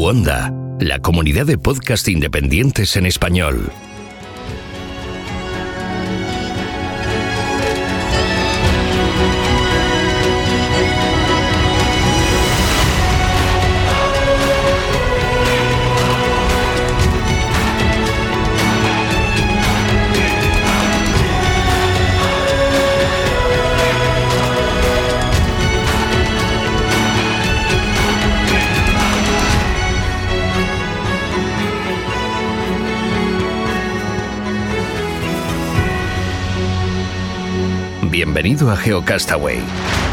Onda, la comunidad de podcast independientes en español. Bienvenido a GeoCastaway.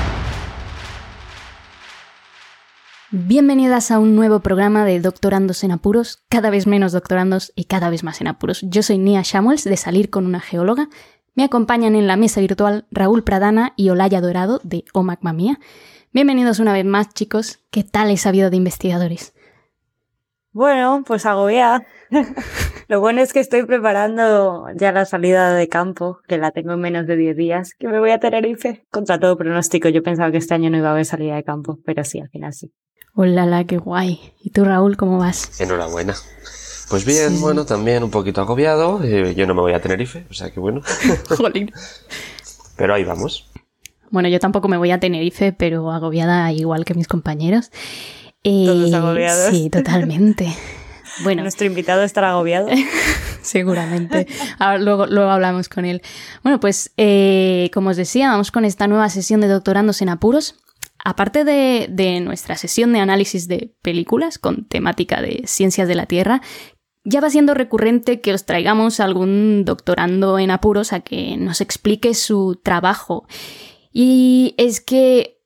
Bienvenidas a un nuevo programa de Doctorandos en Apuros, cada vez menos doctorandos y cada vez más en apuros. Yo soy Nia Samuels, de Salir con una geóloga. Me acompañan en la mesa virtual Raúl Pradana y Olaya Dorado, de Oh Magma Mía. Bienvenidos una vez más, chicos. ¿Qué tal esa vida de investigadores? Bueno, pues agobiada. Lo bueno es que estoy preparando ya la salida de campo, que la tengo en menos de 10 días, que me voy a Tenerife. Contra todo pronóstico, yo pensaba que este año no iba a haber salida de campo, pero sí, al final sí. ¡Hola, qué guay! ¿Y tú, Raúl, cómo vas? Enhorabuena. Pues bien, sí. Bueno, también un poquito agobiado. Yo no me voy a Tenerife, o sea que bueno. Jolín. Pero ahí vamos. Bueno, yo tampoco me voy a Tenerife, pero agobiada igual que mis compañeros. Todos agobiados. Sí, totalmente. Bueno, nuestro invitado estará agobiado. Seguramente. Ahora, luego hablamos con él. Bueno, pues como os decía, vamos con esta nueva sesión de Doctorandos en Apuros. Aparte de nuestra sesión de análisis de películas con temática de ciencias de la Tierra, ya va siendo recurrente que os traigamos a algún doctorando en apuros a que nos explique su trabajo. Y es que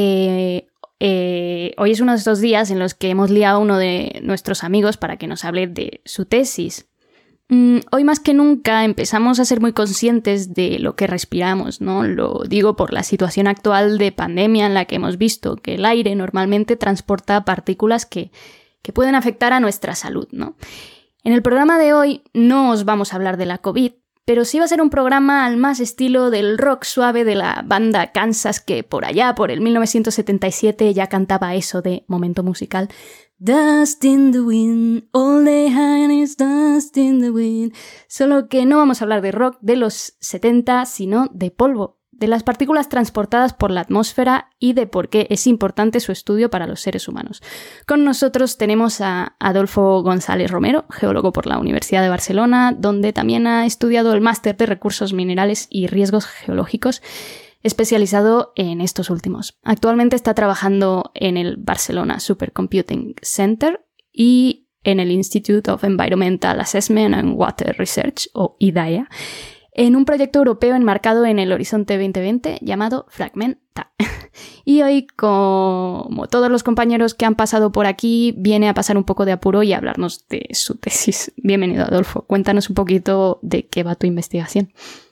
hoy es uno de estos días en los que hemos liado a uno de nuestros amigos para que nos hable de su tesis. Hoy más que nunca empezamos a ser muy conscientes de lo que respiramos, ¿no? Lo digo por la situación actual de pandemia en la que hemos visto que el aire normalmente transporta partículas que pueden afectar a nuestra salud, ¿no? En el programa de hoy no os vamos a hablar de la COVID, pero sí va a ser un programa al más estilo del rock suave de la banda Kansas, que por allá, por el 1977, ya cantaba eso de momento musical. Dust in the wind, all the is dust in the wind. Solo que no vamos a hablar de rock de los 70, sino de polvo, de las partículas transportadas por la atmósfera y de por qué es importante su estudio para los seres humanos. Con nosotros tenemos a Adolfo González Romero, geólogo por la Universidad de Barcelona, donde también ha estudiado el máster de recursos minerales y riesgos geológicos, especializado en estos últimos. Actualmente está trabajando en el Barcelona Supercomputing Center y en el Institute of Environmental Assessment and Water Research, o IDAEA, en un proyecto europeo enmarcado en el Horizonte 2020 llamado Fragmenta. Y hoy, como todos los compañeros que han pasado por aquí, viene a pasar un poco de apuro y a hablarnos de su tesis. Bienvenido, Adolfo. Cuéntanos un poquito de qué va tu investigación.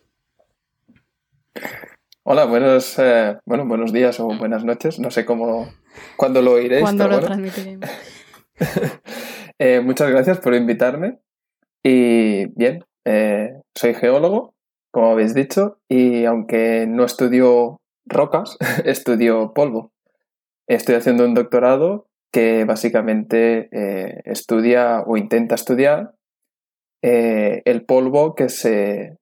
Hola, buenos días o buenas noches. No sé cuándo lo oiréis. ¿Cuándo lo transmitiremos? Muchas gracias por invitarme. Y bien, soy geólogo, como habéis dicho, y aunque no estudio rocas, estudio polvo. Estoy haciendo un doctorado que básicamente estudia o intenta estudiar el polvo que se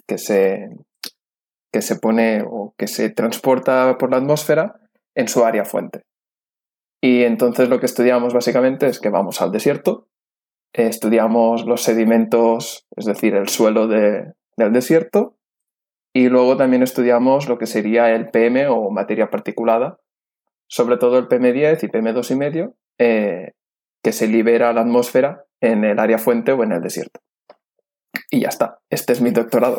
pone o que se transporta por la atmósfera en su área fuente. Y entonces lo que estudiamos básicamente es que vamos al desierto, estudiamos los sedimentos, es decir, el suelo del desierto, y luego también estudiamos lo que sería el PM o materia particulada, sobre todo el PM10 y PM2,5, que se libera a la atmósfera en el área fuente o en el desierto. Y ya está, este es mi doctorado.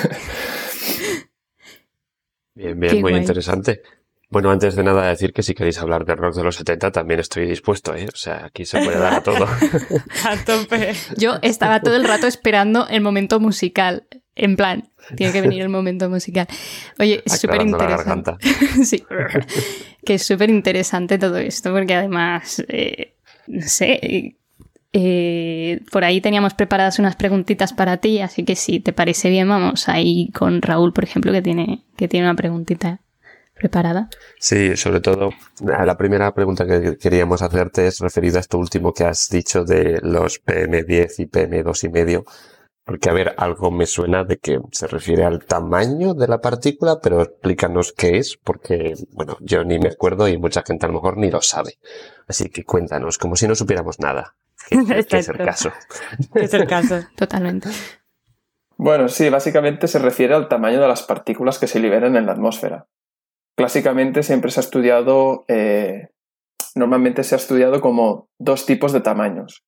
Bien, Qué muy guay. Interesante. Bueno, antes de nada decir que si queréis hablar de rock de los 70 también estoy dispuesto, ¿eh? O sea, aquí se puede dar a todo. A tope. Yo estaba todo el rato esperando el momento musical. En plan, tiene que venir el momento musical. Oye, es súper Aclarando interesante. la garganta. Sí, que es súper interesante todo esto, porque además, no sé, por ahí teníamos preparadas unas preguntitas para ti, así que si te parece bien, vamos ahí con Raúl, por ejemplo, que tiene una preguntita ¿Preparada? Sí, sobre todo, la primera pregunta que queríamos hacerte es referida a esto último que has dicho de los PM10 y PM2,5, porque, a ver, algo me suena de que se refiere al tamaño de la partícula, pero explícanos qué es, porque, bueno, yo ni me acuerdo y mucha gente a lo mejor ni lo sabe. Así que cuéntanos, como si no supiéramos nada, que es el caso. Es el caso. Totalmente. Bueno, sí, básicamente se refiere al tamaño de las partículas que se liberan en la atmósfera. Clásicamente siempre se ha estudiado, normalmente se ha estudiado como dos tipos de tamaños.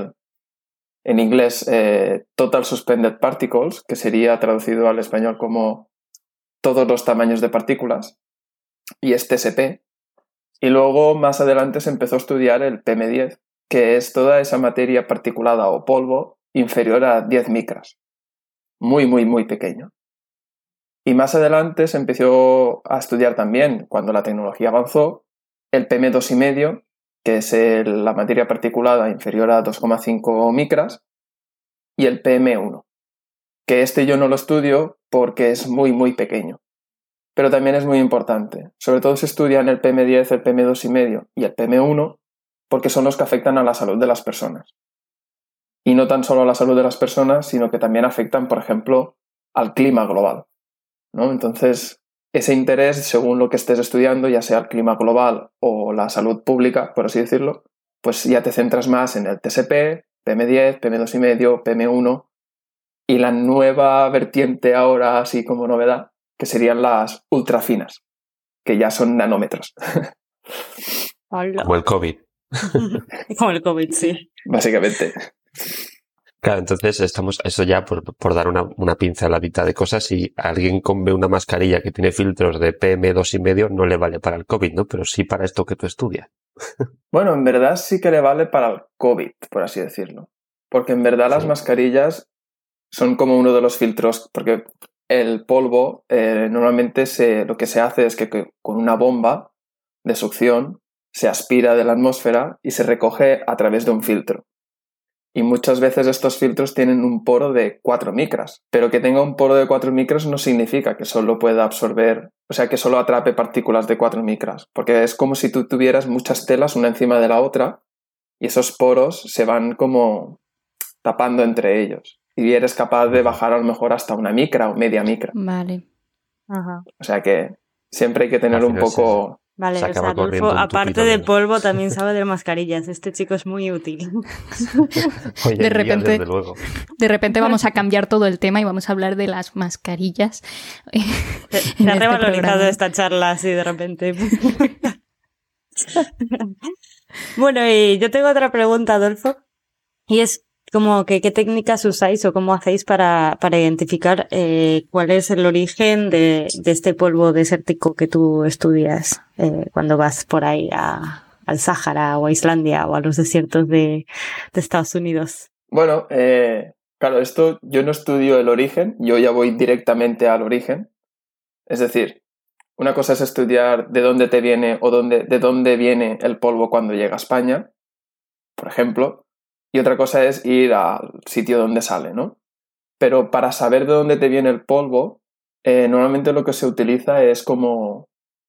En inglés, Total Suspended Particles, que sería traducido al español como todos los tamaños de partículas, y es TSP. Y luego, más adelante, se empezó a estudiar el PM10, que es toda esa materia particulada o polvo inferior a 10 micras. Muy, muy, muy pequeño. Y más adelante se empezó a estudiar también, cuando la tecnología avanzó, el PM2,5, que es la materia particulada inferior a 2,5 micras, y el PM1, que yo no lo estudio porque es muy, muy pequeño, pero también es muy importante. Sobre todo se estudian el PM10, el PM2,5 y el PM1 porque son los que afectan a la salud de las personas. Y no tan solo a la salud de las personas, sino que también afectan, por ejemplo, al clima global, ¿no? Entonces, ese interés, según lo que estés estudiando, ya sea el clima global o la salud pública, por así decirlo, pues ya te centras más en el TSP, PM10, PM2,5, PM1 y la nueva vertiente ahora, así como novedad, que serían las ultrafinas, que ya son nanómetros. Como el COVID. Como el COVID, sí. Básicamente. Claro, entonces eso ya por dar una pinceladita de cosas, si alguien ve una mascarilla que tiene filtros de PM2,5 no le vale para el COVID, ¿no? Pero sí para esto que tú estudias. Bueno, en verdad sí que le vale para el COVID, por así decirlo. Porque en verdad las mascarillas son como uno de los filtros, porque el polvo normalmente lo que se hace es que con una bomba de succión se aspira de la atmósfera y se recoge a través de un filtro. Y muchas veces estos filtros tienen un poro de 4 micras, pero que tenga un poro de 4 micras no significa que solo pueda absorber, o sea, que solo atrape partículas de 4 micras, porque es como si tú tuvieras muchas telas una encima de la otra y esos poros se van como tapando entre ellos. Y eres capaz de bajar a lo mejor hasta 1 micra o media micra. Vale. Ajá. O sea que siempre hay que tener un poco... Vale, Se o sea, acaba Adolfo, corriendo un aparte tupito de menos. polvo, también sabe de mascarillas. Este chico es muy útil. Hoy en De día, repente- desde luego. De repente vamos a cambiar todo el tema y vamos a hablar de las mascarillas. Se ha revalorizado esta charla así de repente. Bueno, y yo tengo otra pregunta, Adolfo, y es como que qué técnicas usáis o cómo hacéis para identificar cuál es el origen de este polvo desértico que tú estudias cuando vas por ahí al Sáhara o a Islandia o a los desiertos de Estados Unidos. Bueno, claro, esto yo no estudio el origen, yo ya voy directamente al origen. Es decir, una cosa es estudiar de dónde te viene o de dónde viene el polvo cuando llega a España, por ejemplo, y otra cosa es ir al sitio donde sale, ¿no? Pero para saber de dónde te viene el polvo, normalmente lo que se utiliza es como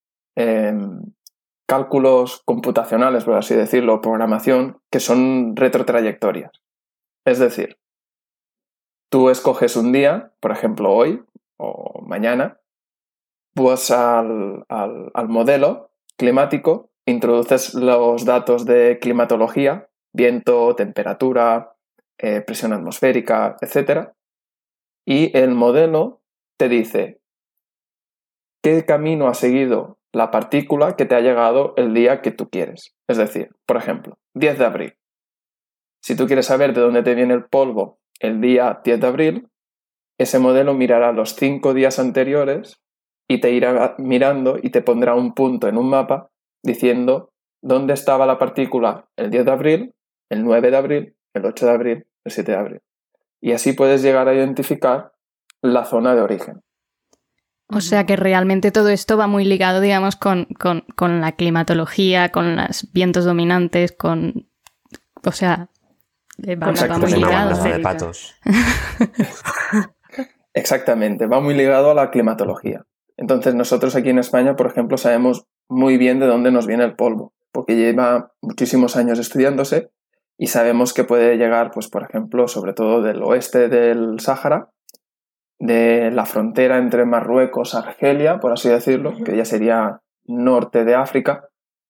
cálculos computacionales, por así decirlo, programación, que son retrotrayectorias. Es decir, tú escoges un día, por ejemplo hoy o mañana, vas al modelo climático, introduces los datos de climatología, viento, temperatura, presión atmosférica, etc. Y el modelo te dice qué camino ha seguido la partícula que te ha llegado el día que tú quieres. Es decir, por ejemplo, 10 de abril. Si tú quieres saber de dónde te viene el polvo el día 10 de abril, ese modelo mirará los 5 días anteriores y te irá mirando y te pondrá un punto en un mapa diciendo dónde estaba la partícula el 10 de abril, el 9 de abril, el 8 de abril, el 7 de abril. Y así puedes llegar a identificar la zona de origen. O sea que realmente todo esto va muy ligado, digamos, con la climatología, con los vientos dominantes, con... O sea, va muy Exactamente. Una ligado. bandada de cerca. patos. Exactamente, va muy ligado a la climatología. Entonces nosotros aquí en España, por ejemplo, sabemos muy bien de dónde nos viene el polvo, porque lleva muchísimos años estudiándose y sabemos que puede llegar, pues por ejemplo, sobre todo del oeste del Sáhara, de la frontera entre Marruecos y Argelia, por así decirlo, que ya sería norte de África,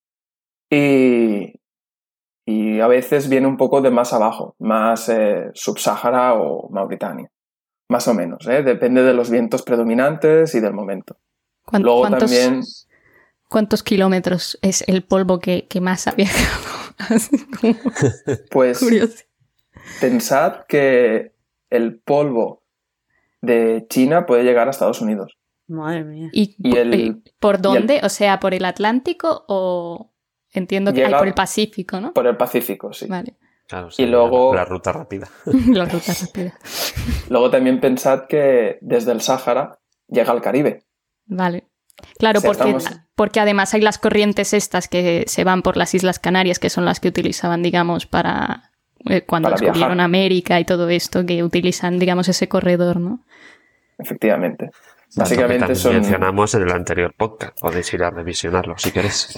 y a veces viene un poco de más abajo, más subsahara o Mauritania, más o menos, depende de los vientos predominantes y del momento. Luego también... ¿Cuántos kilómetros es el polvo que más ha viajado? Así como pues curioso. Pensad que el polvo de China puede llegar a Estados Unidos. Madre mía. ¿Por dónde? O sea, ¿por el Atlántico o...? Entiendo que hay por el Pacífico, ¿no? Por el Pacífico, sí. Vale. Claro, sí, y luego la ruta rápida. La ruta rápida. Luego también pensad que desde el Sáhara llega al Caribe. Vale. Claro, porque además hay las corrientes estas que se van por las Islas Canarias, que son las que utilizaban, digamos, para cuando descubrieron viajar. América y todo esto, que utilizan, digamos, ese corredor, ¿no? Efectivamente. Básicamente Básicamente son... mencionamos en el anterior podcast. Podéis ir a revisionarlo si queréis.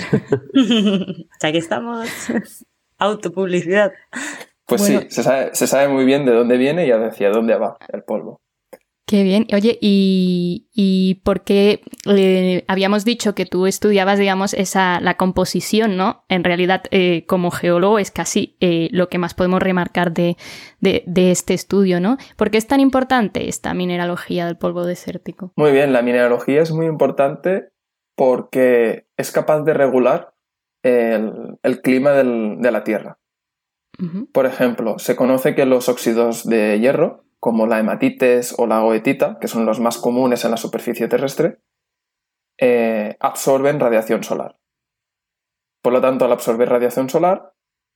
Ya que estamos. Autopublicidad. Pues bueno. Sí, se sabe muy bien de dónde viene y hacia dónde va el polvo. Qué bien. Oye, ¿y por qué habíamos dicho que tú estudiabas, digamos, la composición, ¿no? En realidad, como geólogo es casi lo que más podemos remarcar de este estudio, ¿no? ¿Por qué es tan importante esta mineralogía del polvo desértico? Muy bien, la mineralogía es muy importante porque es capaz de regular el clima de la Tierra. Uh-huh. Por ejemplo, se conoce que los óxidos de hierro, como la hematites o la goethita, que son los más comunes en la superficie terrestre, absorben radiación solar. Por lo tanto, al absorber radiación solar,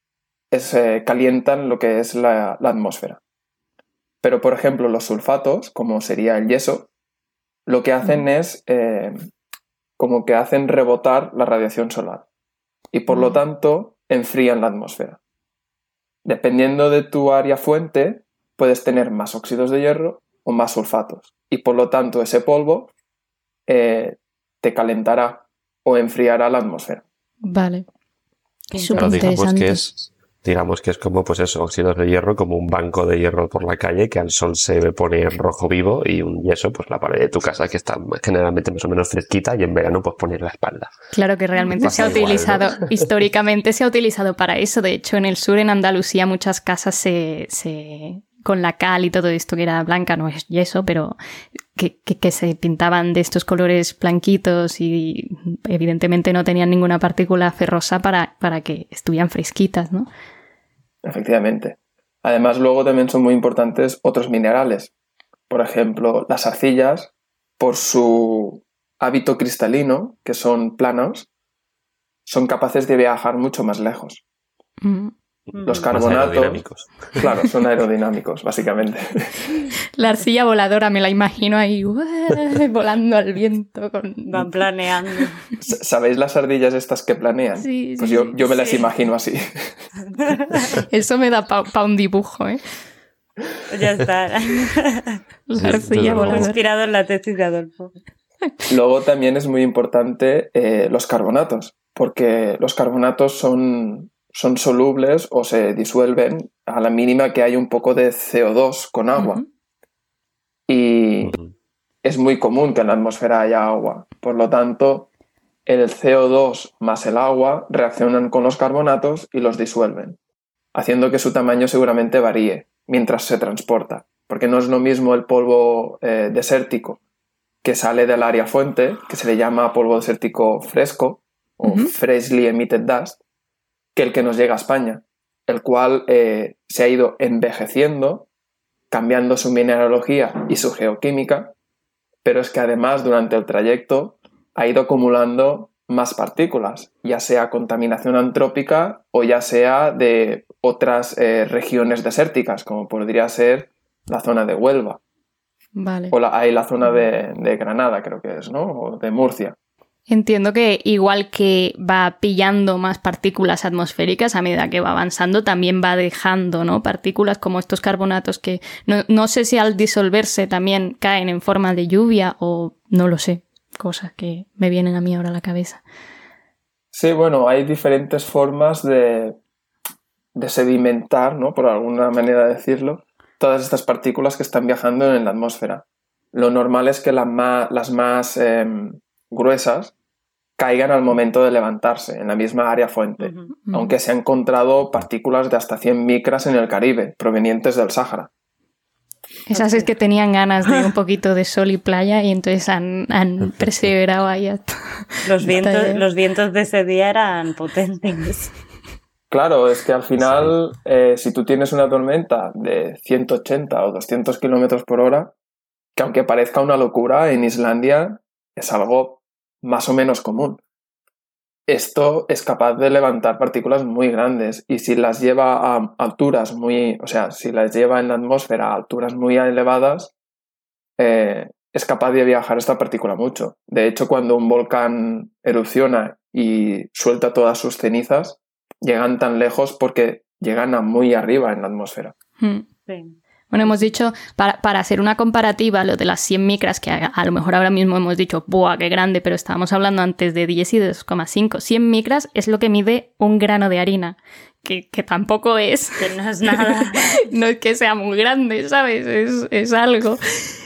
calientan lo que es la atmósfera. Pero, por ejemplo, los sulfatos, como sería el yeso, lo que hacen es como que hacen rebotar la radiación solar y, por lo tanto, enfrían la atmósfera. Dependiendo de tu área fuente, puedes tener más óxidos de hierro o más sulfatos. Y por lo tanto, ese polvo te calentará o enfriará la atmósfera. Vale. Es súper Pero interesante. digamos que es como, pues eso, óxidos de hierro, como un banco de hierro por la calle que al sol se pone rojo vivo, y un yeso, pues la pared de tu casa, que está generalmente más o menos fresquita, y en verano pues poner la espalda. Claro que realmente se ha Pasa igual, utilizado, ¿no? históricamente se ha utilizado para eso. De hecho, en el sur, en Andalucía, muchas casas con la cal y todo esto que era blanca, no es yeso, pero que se pintaban de estos colores blanquitos y evidentemente no tenían ninguna partícula ferrosa para que estuvieran fresquitas, ¿no? Efectivamente. Además, luego también son muy importantes otros minerales. Por ejemplo, las arcillas, por su hábito cristalino, que son planos, son capaces de viajar mucho más lejos. Mm. Los Más carbonatos, aerodinámicos. claro, son aerodinámicos, básicamente. La arcilla voladora me la imagino ahí volando al viento. Van planeando. ¿Sabéis las ardillas estas que planean? Sí, Pues sí, yo me las sí. imagino así. Eso me da pa un dibujo, ¿eh? Ya está. La arcilla voladora. Inspirado en la tesis de Adolfo. Luego también es muy importante los carbonatos, porque los carbonatos son solubles o se disuelven a la mínima que hay un poco de CO2 con agua. Uh-huh. Y es muy común que en la atmósfera haya agua. Por lo tanto, el CO2 más el agua reaccionan con los carbonatos y los disuelven, haciendo que su tamaño seguramente varíe mientras se transporta. Porque no es lo mismo el polvo desértico que sale del área fuente, que se le llama polvo desértico fresco o freshly emitted dust, que el que nos llega a España, el cual se ha ido envejeciendo, cambiando su mineralogía y su geoquímica, pero es que además durante el trayecto ha ido acumulando más partículas, ya sea contaminación antrópica o ya sea de otras regiones desérticas, como podría ser la zona de Huelva. Vale. O la zona de Granada, creo que es, ¿no? O de Murcia. Entiendo que igual que va pillando más partículas atmosféricas a medida que va avanzando, también va dejando, ¿no? Partículas como estos carbonatos que no sé si al disolverse también caen en forma de lluvia o no lo sé. cosas que me vienen a mí ahora a la cabeza. Sí, bueno, hay diferentes formas de sedimentar, ¿no? Por alguna manera de decirlo, todas estas partículas que están viajando en la atmósfera. Lo normal es que las más gruesas caigan al momento de levantarse, en la misma área fuente, aunque se han encontrado partículas de hasta 100 micras en el Caribe, provenientes del Sáhara. Esas es que tenían ganas de un poquito de sol y playa y entonces han perseverado ahí hasta... Los vientos de ese día eran potentes. Claro, es que al final, si tú tienes una tormenta de 180 o 200 kilómetros por hora, que aunque parezca una locura, en Islandia es algo más o menos común. Esto es capaz de levantar partículas muy grandes y si las lleva a alturas si las lleva en la atmósfera a alturas muy elevadas, es capaz de viajar esta partícula mucho. De hecho, cuando un volcán erupciona y suelta todas sus cenizas, llegan tan lejos porque llegan a muy arriba en la atmósfera. Sí. Bueno, hemos dicho, para hacer una comparativa, lo de las 100 micras, que a lo mejor ahora mismo hemos dicho, ¡buah, qué grande! Pero estábamos hablando antes de 10 y de 2,5. 100 micras es lo que mide un grano de harina, que tampoco es... Que no es nada. No es que sea muy grande, ¿sabes? Es algo.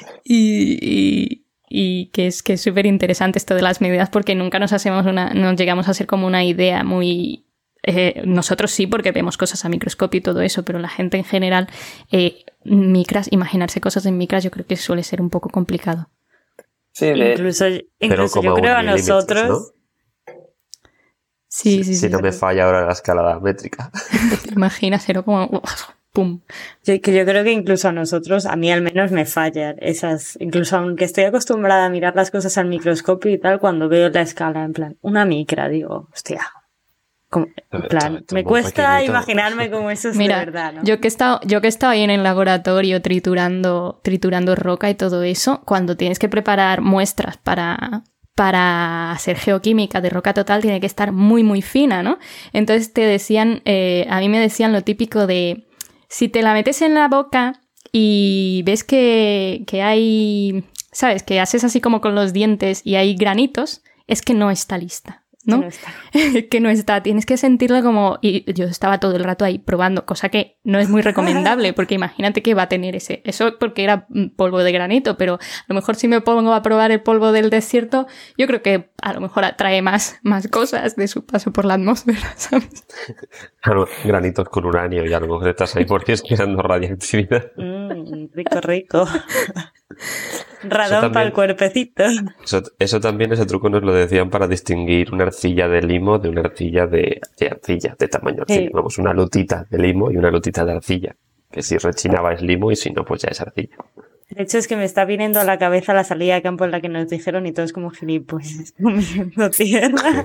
Y que es súper interesante esto de las medidas porque nunca nos llegamos a hacer como una idea muy... nosotros sí, porque vemos cosas a microscopio y todo eso, pero la gente en general, imaginarse cosas en micras yo creo que suele ser un poco complicado. Sí, incluso yo creo a nosotros... ¿no? Sí. Si no me falla ahora la escala métrica. Te imaginas, era como... ¡pum! Yo creo que incluso a nosotros, a mí al menos me fallan esas... Incluso aunque estoy acostumbrada a mirar las cosas al microscopio y tal, cuando veo la escala en plan, una micra, digo, hostia... En plan, me cuesta imaginarme cómo eso es. Mira, de verdad, ¿no? yo que he estado ahí en el laboratorio triturando roca y todo eso, cuando tienes que preparar muestras para hacer geoquímica de roca total, tiene que estar muy, muy fina, ¿no? Entonces te decían, a mí me decían lo típico de, si te la metes en la boca y ves que hay, ¿sabes? Que haces así como con los dientes y hay granitos, es que no está lista. ¿No? Que no está, tienes que sentirla como... Y yo estaba todo el rato ahí probando, cosa que no es muy recomendable, porque imagínate que va a tener eso porque era polvo de granito, pero a lo mejor si me pongo a probar el polvo del desierto, yo creo que a lo mejor atrae más cosas de su paso por la atmósfera, ¿sabes? Claro, granitos con uranio y a lo mejor estás ahí porque es creando radiactividad. Rico. Radón para el cuerpecito. Eso también, ese truco nos lo decían para distinguir una arcilla de limo de una arcilla de arcilla, de tamaño arcilla. Sí. Vamos, una lutita de limo y una lutita de arcilla. Que si rechinaba es limo y si no, pues ya es arcilla. De hecho, es que me está viniendo a la cabeza la salida de campo en la que nos dijeron y todos como gilipollas comiendo tierra.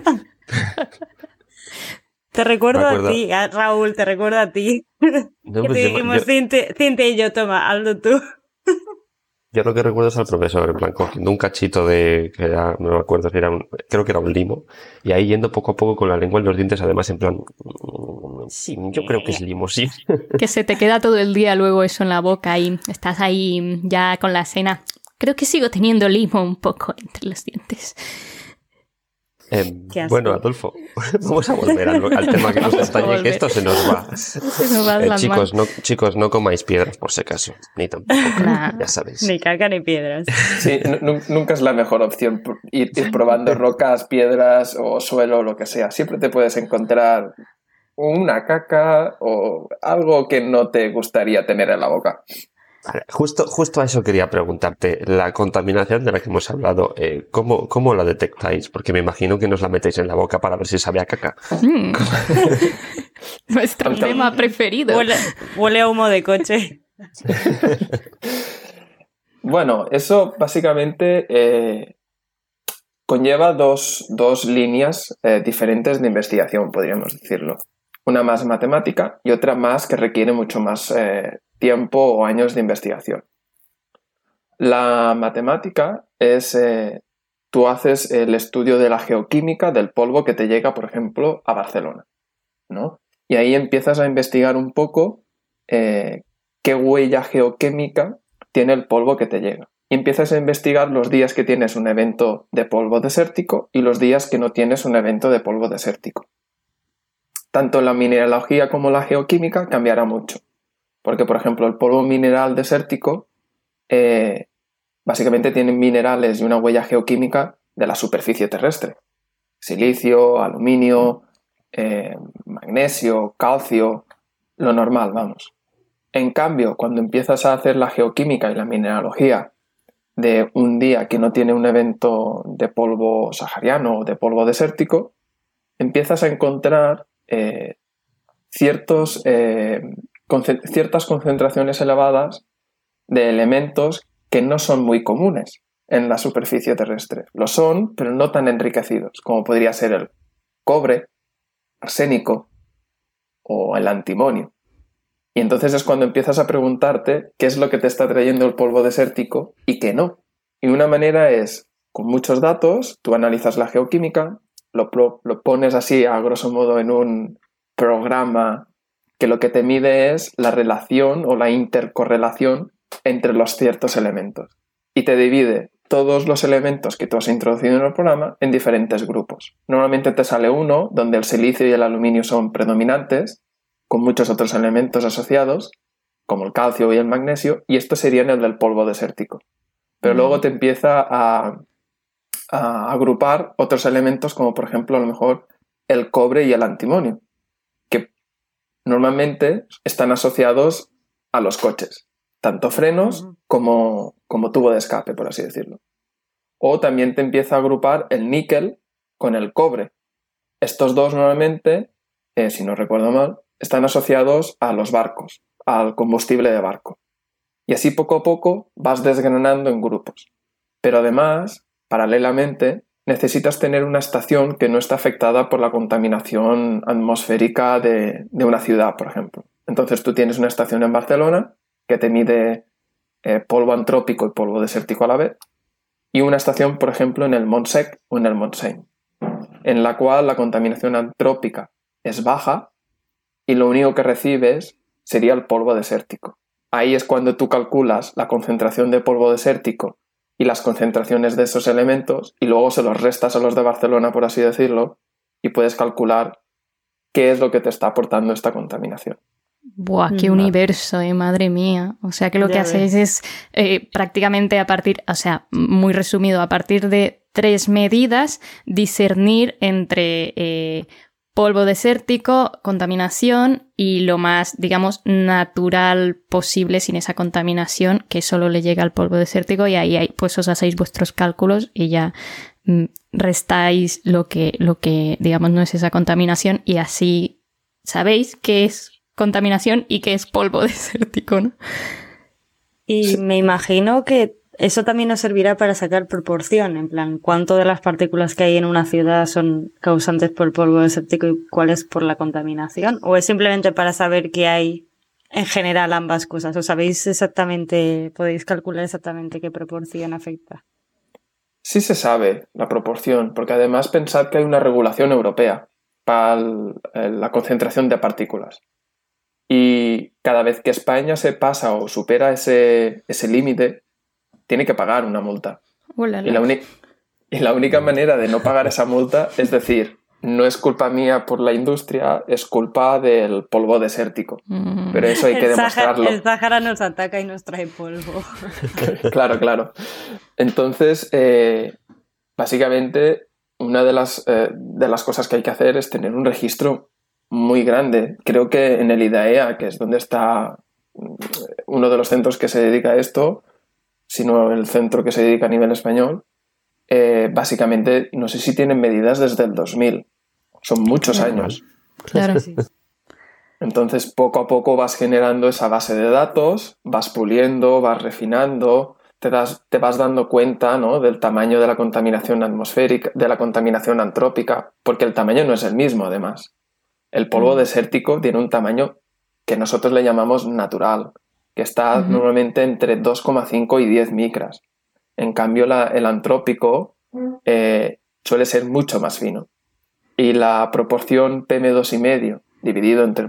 Te recuerdo a ti, Raúl, te recuerdo a ti. No, que pues te dijimos, Cintia y yo, toma, hazlo tú. Yo lo que recuerdo es al profesor, en plan, cogiendo un cachito que era, no me acuerdo si era creo que era un limo, y ahí yendo poco a poco con la lengua en los dientes, además, en plan, sí, yo creo que es limo, sí. Que se te queda todo el día luego eso en la boca y estás ahí ya con la cena. Creo que sigo teniendo limo un poco entre los dientes. Bueno, Adolfo, vamos a volver al tema que nos atañe, que esto se nos va. Se nos va de las manos. Chicos, no comáis piedras por si acaso, ni tampoco, ya sabéis. Ni caca ni piedras. Sí, nunca es la mejor opción ir probando rocas, piedras o suelo o lo que sea. Siempre te puedes encontrar una caca o algo que no te gustaría tener en la boca. Vale, justo a eso quería preguntarte. La contaminación de la que hemos hablado, ¿cómo la detectáis? Porque me imagino que nos la metéis en la boca para ver si sabe a caca. Nuestro tema preferido. Huele a humo de coche. Bueno, eso básicamente conlleva dos líneas diferentes de investigación, podríamos decirlo. Una más matemática y otra más que requiere mucho más tiempo o años de investigación. La matemática es, tú haces el estudio de la geoquímica del polvo que te llega, por ejemplo, a Barcelona, ¿no? Y ahí empiezas a investigar un poco qué huella geoquímica tiene el polvo que te llega. y empiezas a investigar los días que tienes un evento de polvo desértico y los días que no tienes un evento de polvo desértico. Tanto la mineralogía como la geoquímica cambiará mucho, porque por ejemplo el polvo mineral desértico básicamente tiene minerales y una huella geoquímica de la superficie terrestre. Silicio, aluminio, magnesio, calcio, lo normal, vamos. En cambio, cuando empiezas a hacer la geoquímica y la mineralogía de un día que no tiene un evento de polvo sahariano o de polvo desértico, empiezas a encontrar ciertas concentraciones elevadas de elementos que no son muy comunes en la superficie terrestre. Lo son, pero no tan enriquecidos, como podría ser el cobre, arsénico o el antimonio. Y entonces es cuando empiezas a preguntarte qué es lo que te está trayendo el polvo desértico y qué no. Y una manera es, con muchos datos, tú analizas la geoquímica, lo pones así a grosso modo en un programa que lo que te mide es la relación o la intercorrelación entre los ciertos elementos. Y te divide todos los elementos que tú has introducido en el programa en diferentes grupos. Normalmente te sale uno donde el silicio y el aluminio son predominantes, con muchos otros elementos asociados, como el calcio y el magnesio, y esto sería en el del polvo desértico. Pero luego te empieza a agrupar otros elementos, como por ejemplo a lo mejor el cobre y el antimonio, que normalmente están asociados a los coches, tanto frenos como tubo de escape, por así decirlo. O también te empieza a agrupar el níquel con el cobre. Estos dos normalmente, si no recuerdo mal, están asociados a los barcos, al combustible de barco. Y así poco a poco vas desgranando en grupos. Pero además, paralelamente, necesitas tener una estación que no está afectada por la contaminación atmosférica de una ciudad, por ejemplo. Entonces tú tienes una estación en Barcelona que te mide polvo antrópico y polvo desértico a la vez, y una estación, por ejemplo, en el Montsec o en el Montseny, en la cual la contaminación antrópica es baja y lo único que recibes sería el polvo desértico. Ahí es cuando tú calculas la concentración de polvo desértico y las concentraciones de esos elementos y luego se los restas a los de Barcelona, por así decirlo, y puedes calcular qué es lo que te está aportando esta contaminación. Buah, qué universo, madre mía. O sea que lo que hacéis es prácticamente a partir, o sea, muy resumido, a partir de 3 medidas, discernir entre polvo desértico, contaminación y lo más, digamos, natural posible sin esa contaminación que solo le llega al polvo desértico, y ahí pues os hacéis vuestros cálculos y ya restáis lo que digamos no es esa contaminación, y así sabéis qué es contaminación y qué es polvo desértico, ¿no? Y me imagino que eso también nos servirá para sacar proporción, en plan, cuánto de las partículas que hay en una ciudad son causantes por el polvo desértico y cuáles por la contaminación, o es simplemente para saber que hay en general ambas cosas, o sabéis exactamente, podéis calcular exactamente qué proporción afecta. Sí se sabe la proporción, porque además pensad que hay una regulación europea para la concentración de partículas. Y cada vez que España se pasa o supera ese límite, tiene que pagar una multa. Y la única manera de no pagar esa multa es decir, no es culpa mía por la industria, es culpa del polvo desértico. Pero eso hay que demostrarlo. El Sáhara nos ataca y nos trae polvo. Claro. Entonces, básicamente, una de las cosas que hay que hacer es tener un registro muy grande. Creo que en el IDAEA, que es donde está uno de los centros que se dedica a esto, sino el centro que se dedica a nivel español, básicamente, no sé si tienen medidas desde el 2000. Son muchos años. Claro, sí. Entonces, poco a poco vas generando esa base de datos, vas puliendo, vas refinando, te vas dando cuenta, ¿no?, del tamaño de la contaminación atmosférica, de la contaminación antrópica, porque el tamaño no es el mismo, además. El polvo desértico tiene un tamaño que nosotros le llamamos natural, que está normalmente entre 2,5 y 10 micras. En cambio, el antrópico suele ser mucho más fino. Y la proporción PM2,5 dividido entre el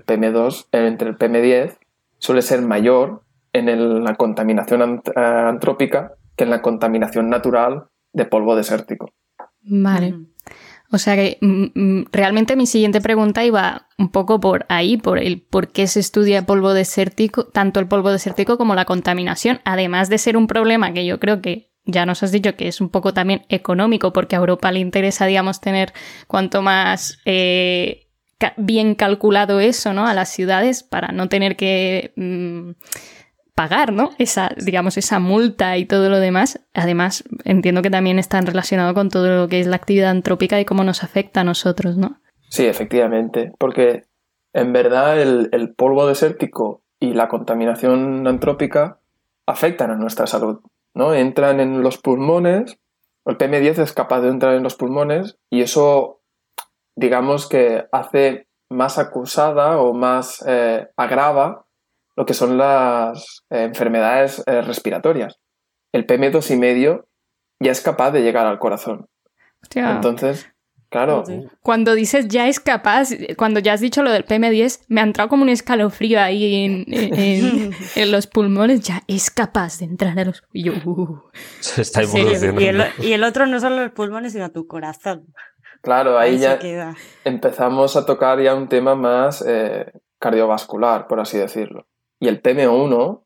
PM10 suele ser mayor en la contaminación antrópica que en la contaminación natural de polvo desértico. Vale. O sea que realmente mi siguiente pregunta iba un poco por ahí, por el por qué se estudia polvo desértico, tanto el polvo desértico como la contaminación, además de ser un problema que yo creo que ya nos has dicho que es un poco también económico, porque a Europa le interesa, digamos, tener cuanto más bien calculado eso, ¿no? A las ciudades para no tener que pagar, ¿no? Esa multa y todo lo demás. Además, entiendo que también están relacionados con todo lo que es la actividad antrópica y cómo nos afecta a nosotros, ¿no? Sí, efectivamente, porque en verdad el polvo desértico y la contaminación antrópica afectan a nuestra salud, ¿no? Entran en los pulmones, el PM10 es capaz de entrar en los pulmones y eso, digamos que hace más acusada o más agrava lo que son las enfermedades respiratorias. El PM2,5 ya es capaz de llegar al corazón. Hostia. Entonces, claro. Cuando dices ya es capaz, cuando ya has dicho lo del PM10, me ha entrado como un escalofrío ahí en los pulmones. Ya es capaz de entrar a los... Se está evolucionando. Y el otro no solo los pulmones, sino tu corazón. Claro, ahí ya queda. Empezamos a tocar ya un tema más cardiovascular, por así decirlo. Y el PM1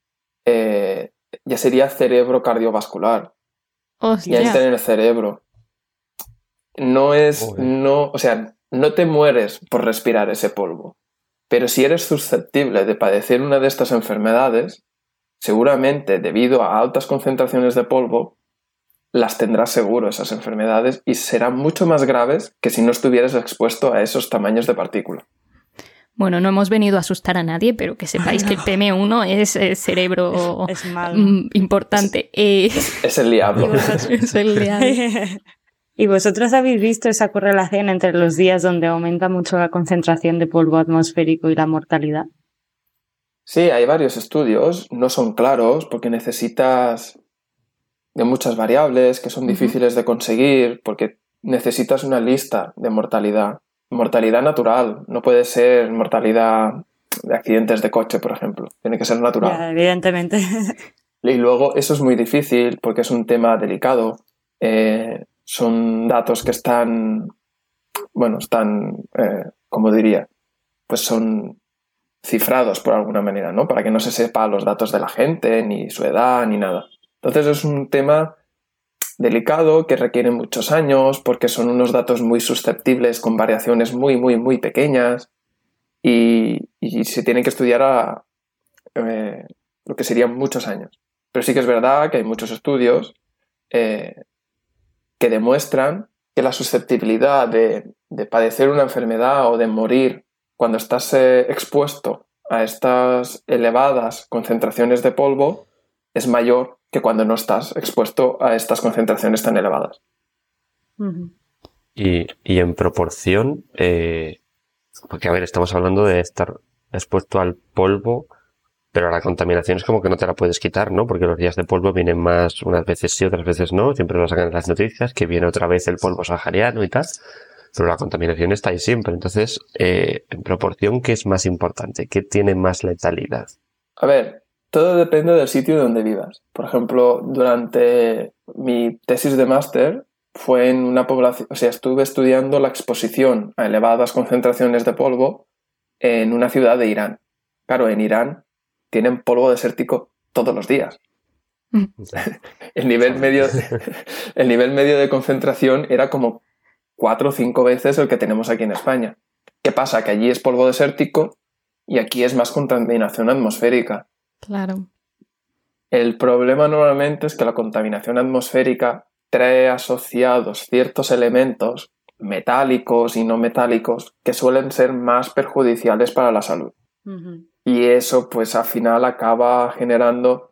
ya sería cerebro cardiovascular. Hostia. Ya entra en el cerebro. No te mueres por respirar ese polvo. Pero si eres susceptible de padecer una de estas enfermedades, seguramente debido a altas concentraciones de polvo, las tendrás seguro esas enfermedades y serán mucho más graves que si no estuvieras expuesto a esos tamaños de partícula. Bueno, no hemos venido a asustar a nadie, pero que sepáis que el PM1 es cerebro es malo. Importante. Es el diablo. Es el diablo. ¿Y vosotros habéis visto esa correlación entre los días donde aumenta mucho la concentración de polvo atmosférico y la mortalidad? Sí, hay varios estudios, no son claros porque necesitas de muchas variables que son difíciles de conseguir porque necesitas una lista de mortalidad. Mortalidad natural, no puede ser mortalidad de accidentes de coche, por ejemplo. Tiene que ser natural. Ya, evidentemente. Y luego eso es muy difícil porque es un tema delicado. Son datos que están, ¿cómo diría? Pues son cifrados por alguna manera, ¿no? Para que no se sepa los datos de la gente, ni su edad, ni nada. Entonces es un tema delicado que requiere muchos años porque son unos datos muy susceptibles con variaciones muy, muy, muy pequeñas y se tienen que estudiar lo que serían muchos años. Pero sí que es verdad que hay muchos estudios que demuestran que la susceptibilidad de padecer una enfermedad o de morir cuando estás expuesto a estas elevadas concentraciones de polvo es mayor que cuando no estás expuesto a estas concentraciones tan elevadas. Y en proporción, porque a ver, estamos hablando de estar expuesto al polvo, pero la contaminación es como que no te la puedes quitar, ¿no? Porque los días de polvo vienen más, unas veces sí, otras veces no, siempre lo sacan en las noticias, que viene otra vez el polvo sahariano y tal, pero la contaminación está ahí siempre. Entonces, en proporción, ¿qué es más importante? ¿Qué tiene más letalidad? A ver, todo depende del sitio donde vivas. Por ejemplo, durante mi tesis de máster fue en una población, estuve estudiando la exposición a elevadas concentraciones de polvo en una ciudad de Irán. Claro, en Irán tienen polvo desértico todos los días. El nivel medio de concentración era como 4 o 5 veces el que tenemos aquí en España. ¿Qué pasa? Que allí es polvo desértico y aquí es más contaminación atmosférica. Claro. El problema normalmente es que la contaminación atmosférica trae asociados ciertos elementos metálicos y no metálicos que suelen ser más perjudiciales para la salud. Y eso pues al final acaba generando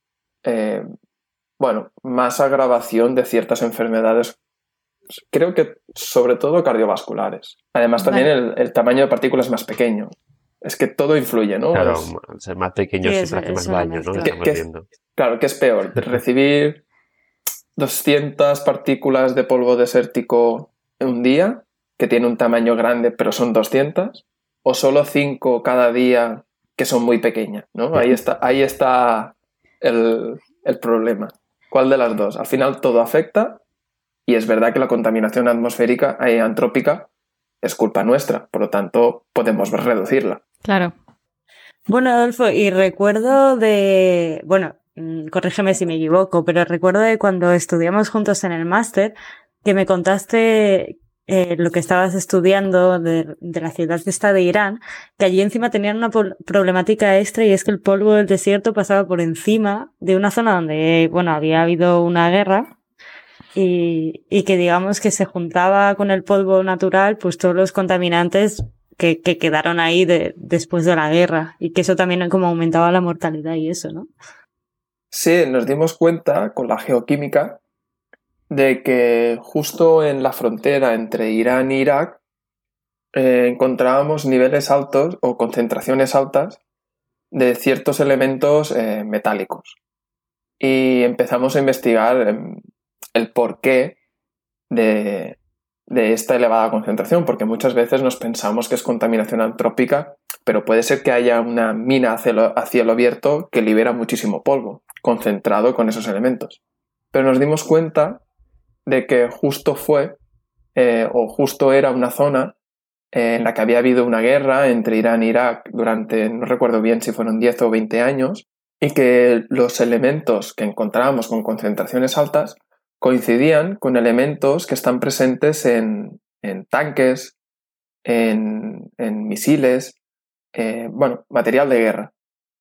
más agravación de ciertas enfermedades, creo que sobre todo cardiovasculares. Además también el tamaño de partículas es más pequeño. Es que todo influye, ¿no? Claro, ser más pequeño siempre hace más daño, ¿no? Claro, ¿qué es peor? ¿Recibir 200 partículas de polvo desértico en un día, que tiene un tamaño grande pero son 200? ¿O solo 5 cada día, que son muy pequeñas, ¿no? Ahí está el problema. ¿Cuál de las dos? Al final todo afecta y es verdad que la contaminación atmosférica antrópica es culpa nuestra, por lo tanto podemos reducirla. Claro. Bueno, Adolfo, y recuerdo bueno, corrígeme si me equivoco, pero recuerdo de cuando estudiamos juntos en el máster que me contaste lo que estabas estudiando de la ciudad esta de Irán, que allí encima tenían una problemática extra y es que el polvo del desierto pasaba por encima de una zona donde, bueno, había habido una guerra y que digamos que se juntaba con el polvo natural pues todos los contaminantes que quedaron ahí después de la guerra y que eso también como aumentaba la mortalidad y eso, ¿no? Sí, nos dimos cuenta con la geoquímica de que justo en la frontera entre Irán e Irak encontrábamos niveles altos o concentraciones altas de ciertos elementos metálicos. Y empezamos a investigar el porqué de esta elevada concentración, porque muchas veces nos pensamos que es contaminación antrópica, pero puede ser que haya una mina a cielo abierto que libera muchísimo polvo concentrado con esos elementos. Pero nos dimos cuenta de que justo era una zona en la que había habido una guerra entre Irán e Irak durante, no recuerdo bien si fueron 10 o 20 años, y que los elementos que encontrábamos con concentraciones altas coincidían con elementos que están presentes en tanques, en misiles, material de guerra.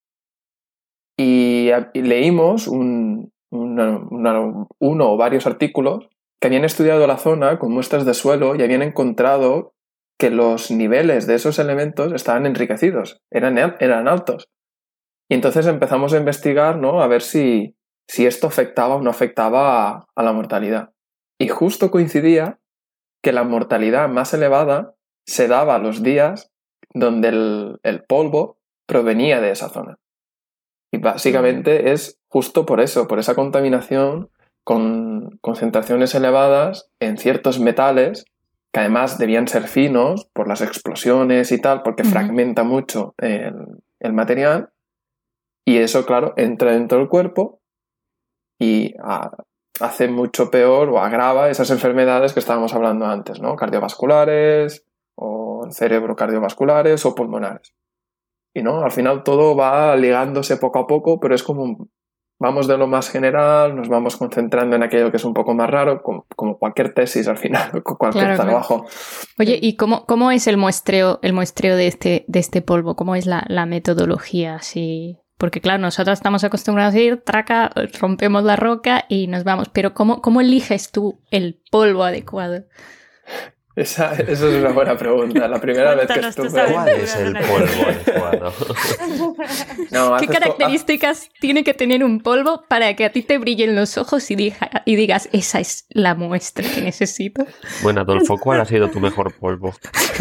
Y leímos uno o varios artículos que habían estudiado la zona con muestras de suelo y habían encontrado que los niveles de esos elementos estaban enriquecidos, eran altos. Y entonces empezamos a investigar, ¿no? A ver si esto afectaba o no afectaba a la mortalidad. Y justo coincidía que la mortalidad más elevada se daba los días donde el polvo provenía de esa zona. Y básicamente es justo por eso, por esa contaminación con concentraciones elevadas en ciertos metales que además debían ser finos por las explosiones y tal, porque fragmenta mucho el material. Y eso, claro, entra dentro del cuerpo y hace mucho peor o agrava esas enfermedades que estábamos hablando antes, ¿no? Cardiovasculares o cerebrocardiovasculares o pulmonares. Y no, al final todo va ligándose poco a poco, pero es como vamos de lo más general, nos vamos concentrando en aquello que es un poco más raro, como cualquier tesis al final, cualquier trabajo. Claro. Oye, ¿y cómo es el muestreo de este polvo? ¿Cómo es la metodología? Así? Porque claro, nosotros estamos acostumbrados a ir, traca, rompemos la roca y nos vamos. Pero ¿cómo eliges tú el polvo adecuado? Esa es una buena pregunta. La primera vez que estuve... ¿Cuál es el polvo adecuado? ¿Qué características tiene que tener un polvo para que a ti te brillen los ojos y digas, esa es la muestra que necesito? Bueno, Adolfo, ¿cuál ha sido tu mejor polvo?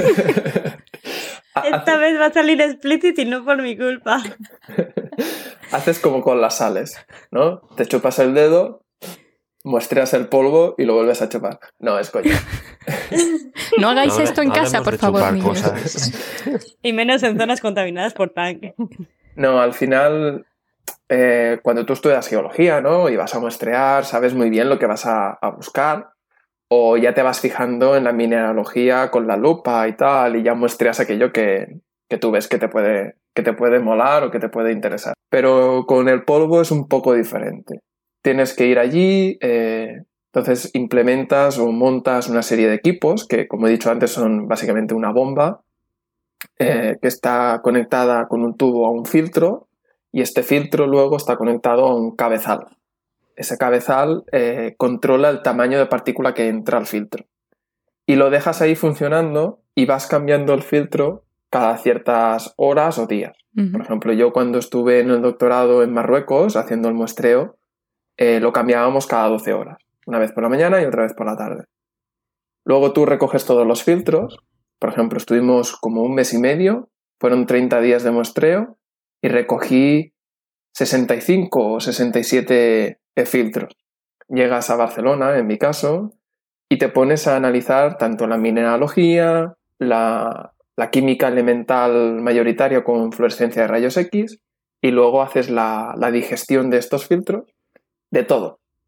Esta vez va a salir explícito y no por mi culpa. Haces como con las sales, ¿no? Te chupas el dedo, muestreas el polvo y lo vuelves a chupar. No, es coña. No hagáis esto en casa, por favor, niños. Y menos en zonas contaminadas por tanque. No, al final, cuando tú estudias geología, ¿no? Y vas a muestrear, sabes muy bien lo que vas a buscar, o ya te vas fijando en la mineralogía con la lupa y tal, y ya muestreas aquello que tú ves que te puede molar o que te puede interesar. Pero con el polvo es un poco diferente. Tienes que ir allí, entonces implementas o montas una serie de equipos que, como he dicho antes, son básicamente una bomba que está conectada con un tubo a un filtro y este filtro luego está conectado a un cabezal. Ese cabezal controla el tamaño de partícula que entra al filtro. Y lo dejas ahí funcionando y vas cambiando el filtro cada ciertas horas o días. Uh-huh. Por ejemplo, yo cuando estuve en el doctorado en Marruecos haciendo el muestreo, lo cambiábamos cada 12 horas. Una vez por la mañana y otra vez por la tarde. Luego tú recoges todos los filtros. Por ejemplo, estuvimos como 1 mes y medio, fueron 30 días de muestreo y recogí 65 o 67 filtros. Llegas a Barcelona, en mi caso, y te pones a analizar tanto la mineralogía, la química elemental mayoritaria con fluorescencia de rayos X y luego haces la digestión de estos filtros, de todo.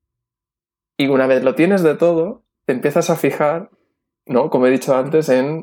Y una vez lo tienes de todo, te empiezas a fijar, ¿no? Como he dicho antes, en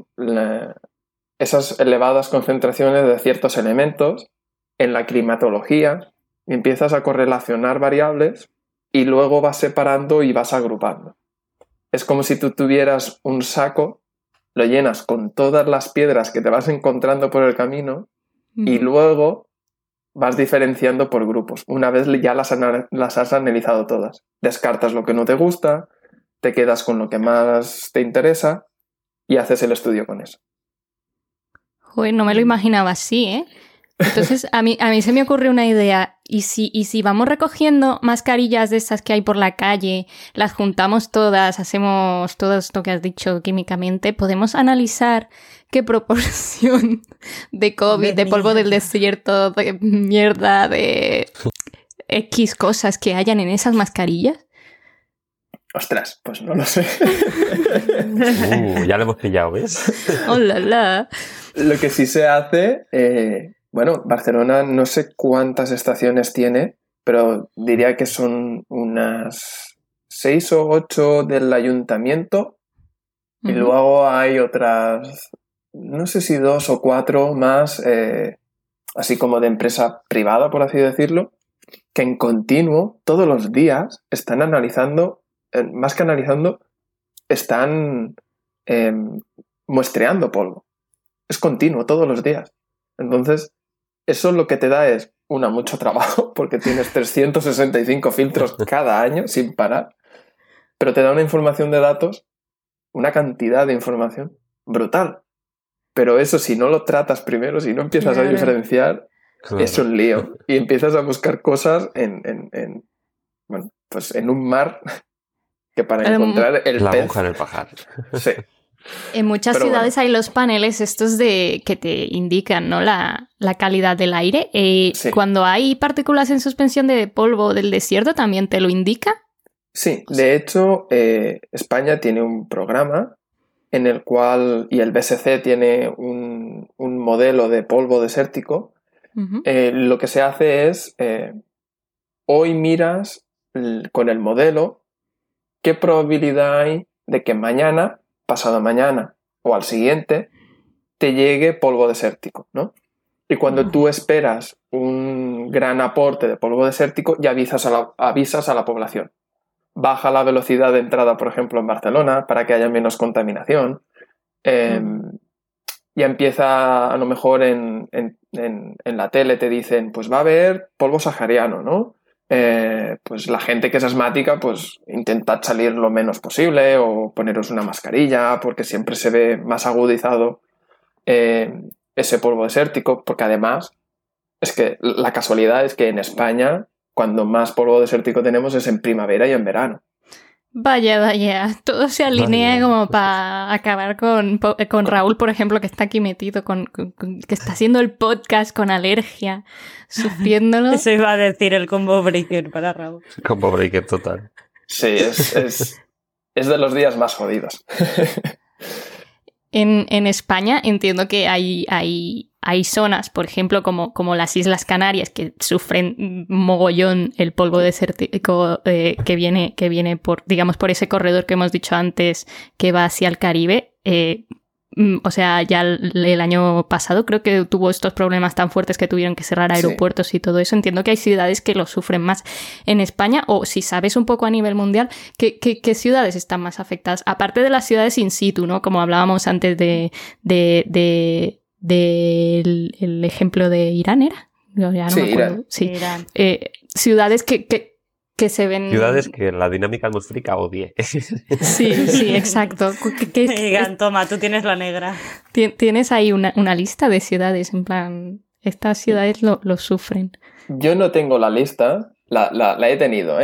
esas elevadas concentraciones de ciertos elementos, en la climatología, y empiezas a correlacionar variables y luego vas separando y vas agrupando. Es como si tú tuvieras un saco, lo llenas con todas las piedras que te vas encontrando por el camino y luego vas diferenciando por grupos. Una vez ya las has analizado todas. Descartas lo que no te gusta, te quedas con lo que más te interesa y haces el estudio con eso. Joder, no me lo imaginaba así, ¿eh? Entonces, a mí se me ocurre una idea. ¿Y si vamos recogiendo mascarillas de estas que hay por la calle, las juntamos todas, hacemos todo esto que has dicho químicamente, podemos analizar qué proporción de COVID, de polvo del desierto, de mierda, de X cosas que hayan en esas mascarillas? Ostras, pues no lo sé. Ya lo hemos pillado, ¿ves? ¡Oh, la, la! Lo que sí se hace... Bueno, Barcelona no sé cuántas estaciones tiene, pero diría que son unas 6 o 8 del ayuntamiento y luego hay otras, no sé si 2 o 4 más, así como de empresa privada, por así decirlo, que en continuo, todos los días, están analizando, más que analizando, están muestreando polvo. Es continuo, todos los días. Entonces, eso lo que te da es, mucho trabajo, porque tienes 365 filtros cada año sin parar, pero te da una información de datos, una cantidad de información brutal. Pero eso, si no lo tratas primero, si no empiezas a diferenciar, es un lío. Y empiezas a buscar cosas bueno, pues en un mar que para encontrar el la pez... aguja en el pajar. Sí. En muchas ciudades hay los paneles estos que te indican, ¿no? la calidad del aire. Sí. Cuando hay partículas en suspensión de polvo del desierto, ¿también te lo indica? Sí, de hecho, España tiene un programa en el cual, y el BSC tiene un modelo de polvo desértico. Lo que se hace es, hoy miras con el modelo qué probabilidad hay de que mañana, pasado mañana o al siguiente te llegue polvo desértico, ¿no? Y cuando tú esperas un gran aporte de polvo desértico, ya avisas a la población. Baja la velocidad de entrada, por ejemplo, en Barcelona, para que haya menos contaminación. Ya empieza, a lo mejor en la tele te dicen, pues va a haber polvo sahariano, ¿no? Pues la gente que es asmática, pues intentad salir lo menos posible o poneros una mascarilla, porque siempre se ve más agudizado ese polvo desértico, porque además es que la casualidad es que en España cuando más polvo desértico tenemos es en primavera y en verano. Vaya, todo se alinea como para acabar con Raúl, por ejemplo, que está aquí metido, que está haciendo el podcast con alergia, sufriéndolo. Eso iba a decir el combo breaker para Raúl. Combo breaker total. Sí, es de los días más jodidos. En España entiendo que hay zonas, por ejemplo, como las Islas Canarias, que sufren mogollón el polvo desértico que viene por, digamos, por ese corredor que hemos dicho antes que va hacia el Caribe. O sea, ya el año pasado creo que tuvo estos problemas tan fuertes que tuvieron que cerrar aeropuertos y todo eso. Entiendo que hay ciudades que lo sufren más. En España, o si sabes un poco a nivel mundial, ¿qué ciudades están más afectadas? Aparte de las ciudades in situ, ¿no? Como hablábamos antes del ejemplo de Irán, ¿era? Yo ya no me acuerdo. Irán. Sí. Irán. Ciudades que se ven... Ciudades que la dinámica atmosférica odie. Sí, exacto. Digan, toma, tú tienes la negra. ¿Tienes ahí una lista de ciudades? En plan, estas ciudades lo sufren. Yo no tengo la lista, la he tenido,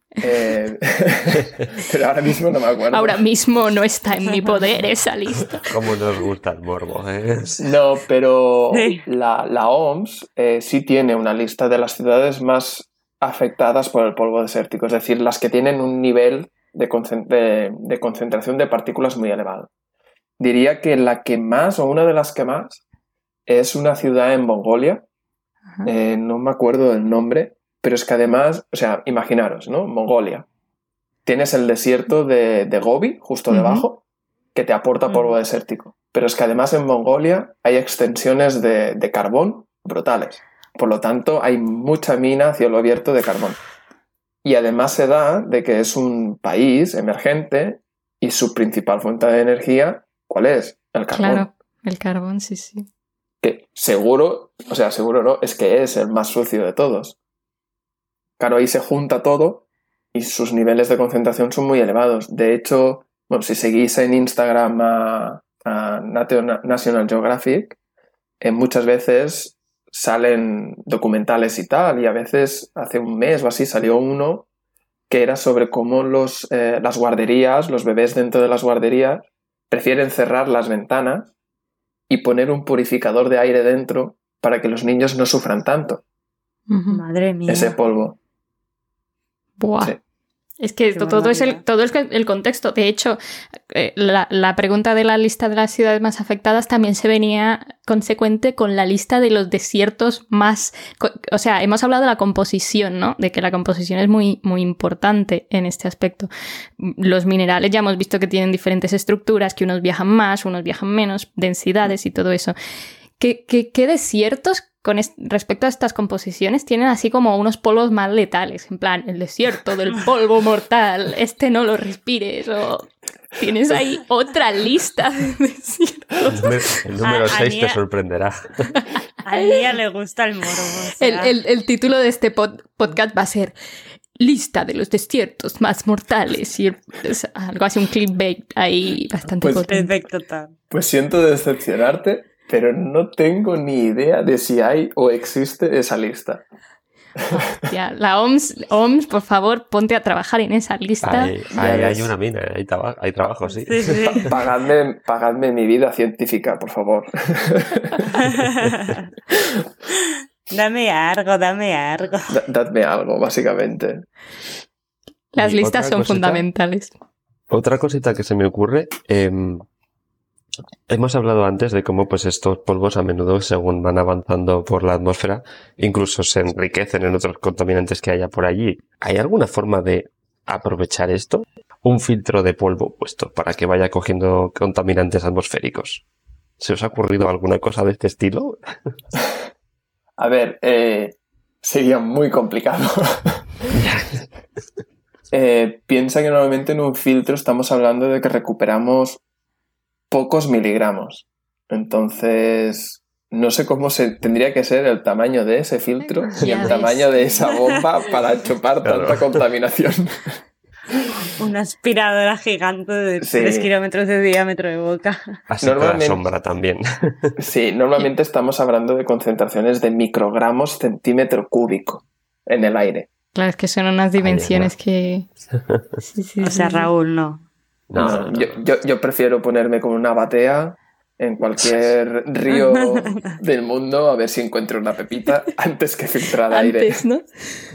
pero ahora mismo no me acuerdo. Ahora mismo no está en mi poder esa lista. Cómo nos gusta el morbo, ¿eh? No, pero Sí. la OMS sí tiene una lista de las ciudades más afectadas por el polvo desértico, es decir, las que tienen un nivel de concentración de partículas muy elevado. Diría que la que más, o una de las que más, es una ciudad en Mongolia. No me acuerdo del nombre, pero es que además, o sea, imaginaros, ¿no? Mongolia. tienes el desierto de Gobi, justo debajo, que te aporta polvo desértico. Pero es que además en Mongolia hay extensiones de carbón brutales. Por lo tanto, hay mucha mina a cielo abierto de carbón. Y además se da de que es un país emergente y su principal fuente de energía, ¿cuál es? El carbón. Claro, el carbón, sí. Que seguro no, es que es el más sucio de todos. Claro, ahí se junta todo y sus niveles de concentración son muy elevados. De hecho, bueno, si seguís en Instagram a National Geographic, muchas veces salen documentales y tal, y a veces hace un mes o así salió uno que era sobre cómo las guarderías, los bebés dentro de las guarderías, prefieren cerrar las ventanas y poner un purificador de aire dentro para que los niños no sufran tanto. Madre mía. Ese polvo. Buah. Sí. Es que todo es el contexto. De hecho, la pregunta de la lista de las ciudades más afectadas también se venía consecuente con la lista de los desiertos más... O sea, hemos hablado de la composición, ¿no? De que la composición es muy, muy importante en este aspecto. Los minerales ya hemos visto que tienen diferentes estructuras, que unos viajan más, unos viajan menos, densidades y todo eso. ¿Qué desiertos respecto a estas composiciones tienen así como unos polvos más letales? En plan, el desierto del polvo mortal, no lo respires, o tienes ahí otra lista de desiertos. El número 6 te sorprenderá. A Nia le gusta el morbo. O sea. El título de este podcast va a ser Lista de los desiertos más mortales, y es algo así, un clickbait ahí bastante potente. Perfecto, total. Pues siento decepcionarte, pero no tengo ni idea de si hay o existe esa lista. Hostia, la OMS, por favor, ponte a trabajar en esa lista. Hay una mina, hay trabajo, sí. Sí. Pagadme mi vida científica, por favor. Dame algo. Dadme algo, básicamente. Las listas son fundamentales. Otra cosita que se me ocurre... hemos hablado antes de cómo pues estos polvos a menudo, según van avanzando por la atmósfera, incluso se enriquecen en otros contaminantes que haya por allí. ¿Hay alguna forma de aprovechar esto? Un filtro de polvo puesto para que vaya cogiendo contaminantes atmosféricos. ¿Se os ha ocurrido alguna cosa de este estilo? A ver, sería muy complicado. Piensa que normalmente en un filtro estamos hablando de que recuperamos pocos miligramos. Entonces, no sé cómo tendría que ser el tamaño de ese filtro y el tamaño de esa bomba para chupar tanta contaminación. Una aspiradora gigante de 3 kilómetros de diámetro de boca. Así con la sombra también. Sí, normalmente estamos hablando de concentraciones de microgramos centímetro cúbico en el aire. Claro, es que son unas dimensiones que... Sí, o sea, Raúl, no. No. Yo prefiero ponerme con una batea en cualquier río del mundo a ver si encuentro una pepita antes que filtrar aire. Antes, ¿no?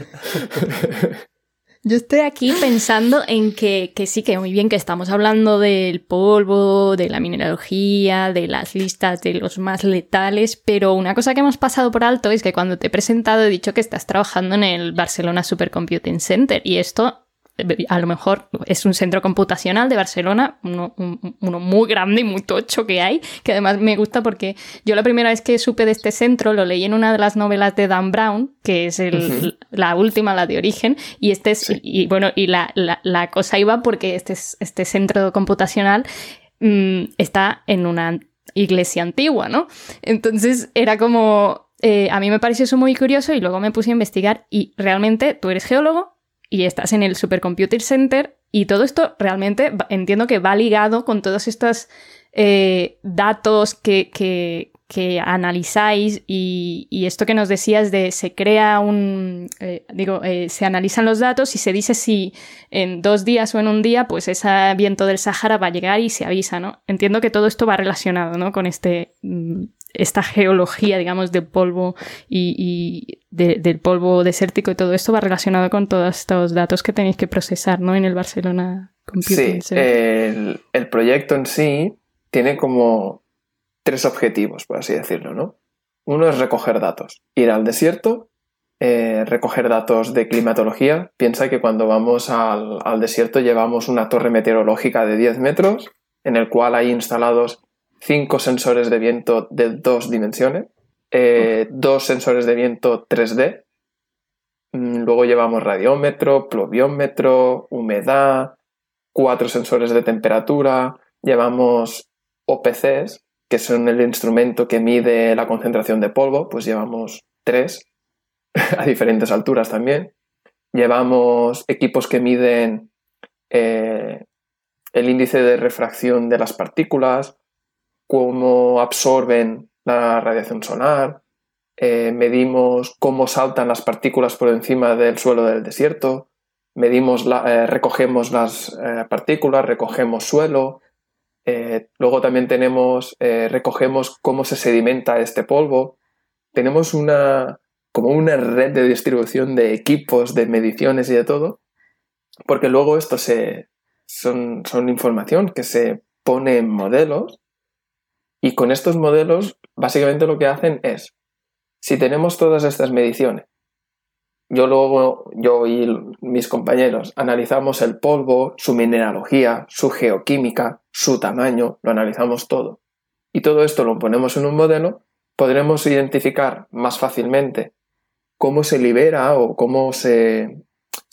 Yo estoy aquí pensando en que sí, que muy bien que estamos hablando del polvo, de la mineralogía, de las listas de los más letales, pero una cosa que hemos pasado por alto es que cuando te he presentado he dicho que estás trabajando en el Barcelona Supercomputing Center, y esto a lo mejor es un centro computacional de Barcelona, uno muy grande y muy tocho que hay, que además me gusta porque yo la primera vez que supe de este centro lo leí en una de las novelas de Dan Brown, que es la última, la de Origen, y la cosa iba porque este centro computacional está en una iglesia antigua, ¿no? Entonces era como... a mí me pareció eso muy curioso y luego me puse a investigar, y realmente tú eres geólogo y estás en el Supercomputing Center, y todo esto realmente entiendo que va ligado con todos estos datos que analizáis, y esto que nos decías de se crea se analizan los datos y se dice si en 2 días o en un día pues ese viento del Sahara va a llegar y se avisa, ¿no? Entiendo que todo esto va relacionado, ¿no? Con esta geología, digamos, del polvo y del polvo desértico, y todo esto va relacionado con todos estos datos que tenéis que procesar, ¿no? En el Barcelona Computing Center. El proyecto en sí tiene como 3 objetivos, por así decirlo, ¿no? Uno es recoger datos, ir al desierto recoger datos de climatología. Piensa que cuando vamos al desierto llevamos una torre meteorológica de 10 metros en el cual hay instalados 5 sensores de viento de 2 dimensiones, 2 sensores de viento 3D, luego llevamos radiómetro, pluviómetro, humedad, 4 sensores de temperatura, llevamos OPCs, que son el instrumento que mide la concentración de polvo, pues llevamos 3 a diferentes alturas también. Llevamos equipos que miden el índice de refracción de las partículas, cómo absorben la radiación solar, medimos cómo saltan las partículas por encima del suelo del desierto, recogemos las partículas, recogemos suelo, luego también recogemos cómo se sedimenta este polvo. Tenemos como una red de distribución de equipos, de mediciones y de todo, porque luego esto son información que se pone en modelos, y con estos modelos básicamente lo que hacen es, si tenemos todas estas mediciones, yo y mis compañeros analizamos el polvo, su mineralogía, su geoquímica, su tamaño, lo analizamos todo, y todo esto lo ponemos en un modelo, podremos identificar más fácilmente cómo se libera o cómo se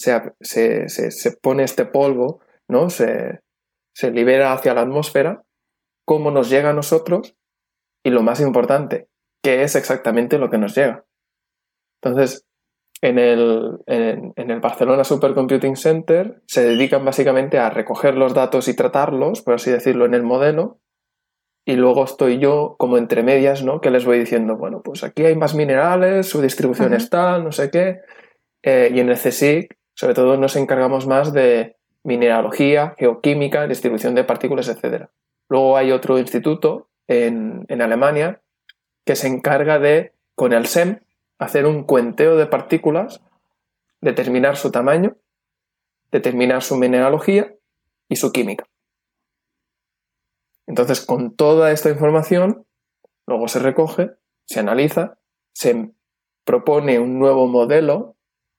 pone este polvo, ¿no? Se libera hacia la atmósfera, cómo nos llega a nosotros y, lo más importante, qué es exactamente lo que nos llega. Entonces, en el Barcelona Supercomputing Center se dedican básicamente a recoger los datos y tratarlos, por así decirlo, en el modelo, y luego estoy yo como entre medias, ¿no? Que les voy diciendo, bueno, pues aquí hay más minerales, su distribución es tal, no sé qué, y en el CSIC, sobre todo, nos encargamos más de mineralogía, geoquímica, distribución de partículas, etc. Luego hay otro instituto en Alemania que se encarga de, con el SEM, hacer un cuenteo de partículas, determinar su tamaño, determinar su mineralogía y su química. Entonces, con toda esta información, luego se recoge, se analiza, se propone un nuevo modelo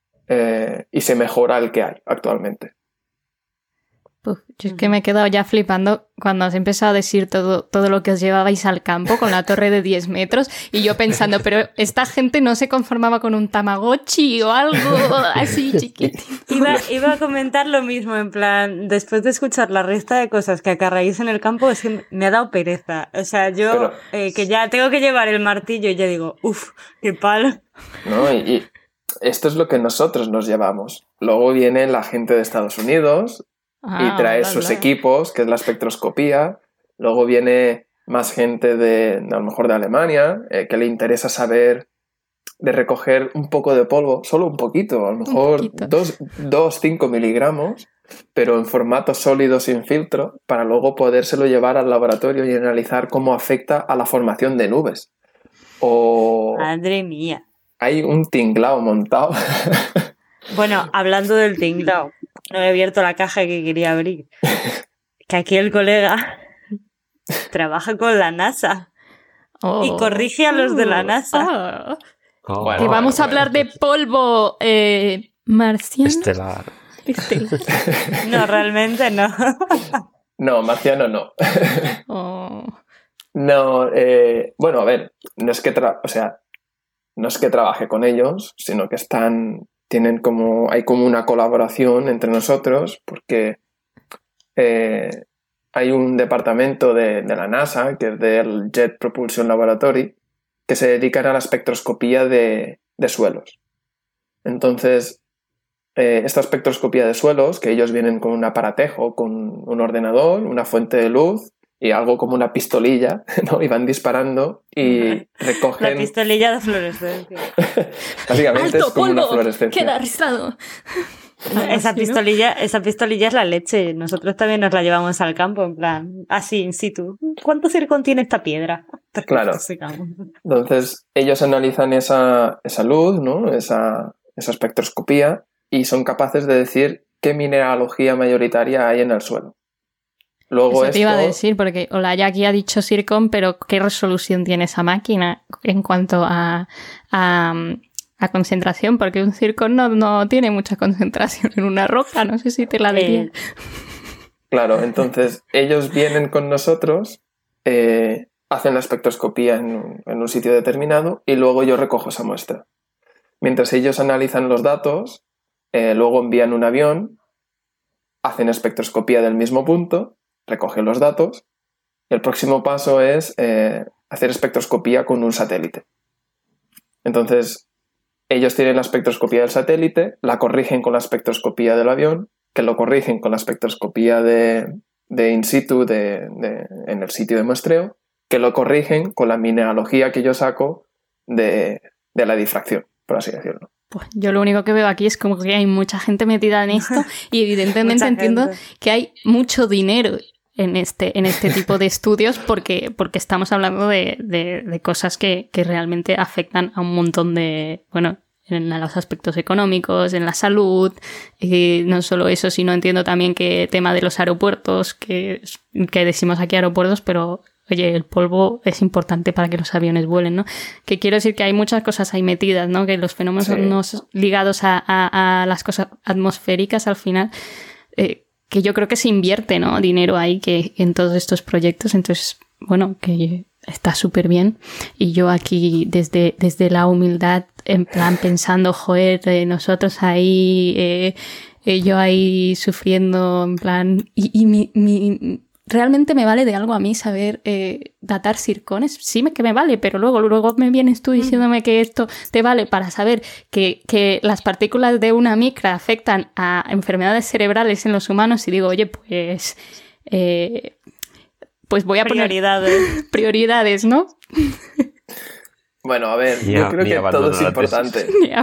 y se mejora el que hay actualmente. Uf, yo es que me he quedado ya flipando cuando has empezado a decir todo lo que os llevabais al campo con la torre de 10 metros y yo pensando, pero esta gente no se conformaba con un Tamagotchi o algo así chiquitito. Iba a comentar lo mismo, en plan, después de escuchar la resta de cosas que acarreáis en el campo, es que me ha dado pereza. O sea, yo que ya tengo que llevar el martillo y ya digo, uff, qué palo. No, y esto es lo que nosotros nos llevamos. Luego viene la gente de Estados Unidos y trae sus equipos, que es la espectroscopía. Luego viene más gente a lo mejor de Alemania, que le interesa saber de recoger un poco de polvo, solo un poquito, a lo mejor 2-5 miligramos, pero en formato sólido sin filtro, para luego podérselo llevar al laboratorio y analizar cómo afecta a la formación de nubes. Madre mía. Hay un tinglao montado. Bueno, hablando del tinglao, no he abierto la caja que quería abrir. Que aquí el colega trabaja con la NASA y corrige a los de la NASA. Que vamos a hablar de polvo marciano. Estelar. No, realmente no. No, marciano no. No, bueno, a ver, no es que trabaje con ellos, sino que hay como una colaboración entre nosotros, porque hay un departamento de la NASA, que es del Jet Propulsion Laboratory, que se dedican a la espectroscopía de suelos. Entonces, esta espectroscopía de suelos, que ellos vienen con un aparatejo, con un ordenador, una fuente de luz y algo como una pistolilla, ¿no? Y van disparando y recogen... La pistolilla de fluorescencia. Básicamente ¡Alto, es como polvo! una fluorescencia. ¡Queda arrastrado! Esa pistolilla es la leche. Nosotros también nos la llevamos al campo, en plan, así, in situ. ¿Cuánto circon tiene esta piedra? Claro. Entonces, ellos analizan esa luz, ¿no? Esa espectroscopía, y son capaces de decir qué mineralogía mayoritaria hay en el suelo. Luego Eso te iba a decir, porque Olayaki ha dicho Zircon, pero ¿qué resolución tiene esa máquina en cuanto a a concentración, porque un zircón no tiene mucha concentración en una roca, no sé si te la diría. Claro, entonces ellos vienen con nosotros, hacen la espectroscopía en un sitio determinado y luego yo recojo esa muestra. Mientras ellos analizan los datos, luego envían un avión, hacen espectroscopía del mismo punto, recogen los datos y el próximo paso es hacer espectroscopía con un satélite. Entonces, ellos tienen la espectroscopía del satélite, la corrigen con la espectroscopía del avión, que lo corrigen con la espectroscopía de in situ en el sitio de muestreo, que lo corrigen con la mineralogía que yo saco de la difracción, por así decirlo. Pues yo lo único que veo aquí es como que hay mucha gente metida en esto y evidentemente entiendo que hay mucho dinero en este tipo de estudios porque estamos hablando de cosas que realmente afectan a un montón de, bueno, en los aspectos económicos, en la salud, y no solo eso, sino entiendo también que el tema de los aeropuertos, que decimos aquí aeropuertos, pero oye, el polvo es importante para que los aviones vuelen, ¿no? Que quiero decir que hay muchas cosas ahí metidas, ¿no? Que los fenómenos ligados a las cosas atmosféricas al final, que yo creo que se invierte, ¿no? Dinero ahí que en todos estos proyectos, entonces, bueno, que está súper bien. Y yo aquí desde la humildad, en plan pensando, joder, nosotros ahí, yo ahí sufriendo, en plan, ¿realmente me vale de algo a mí saber datar zircones? Sí que me vale, pero luego me vienes tú diciéndome que esto te vale para saber que las partículas de una micra afectan a enfermedades cerebrales en los humanos y digo, oye, pues voy a poner prioridades, ¿no? Bueno, a ver, yo creo que todo es importante.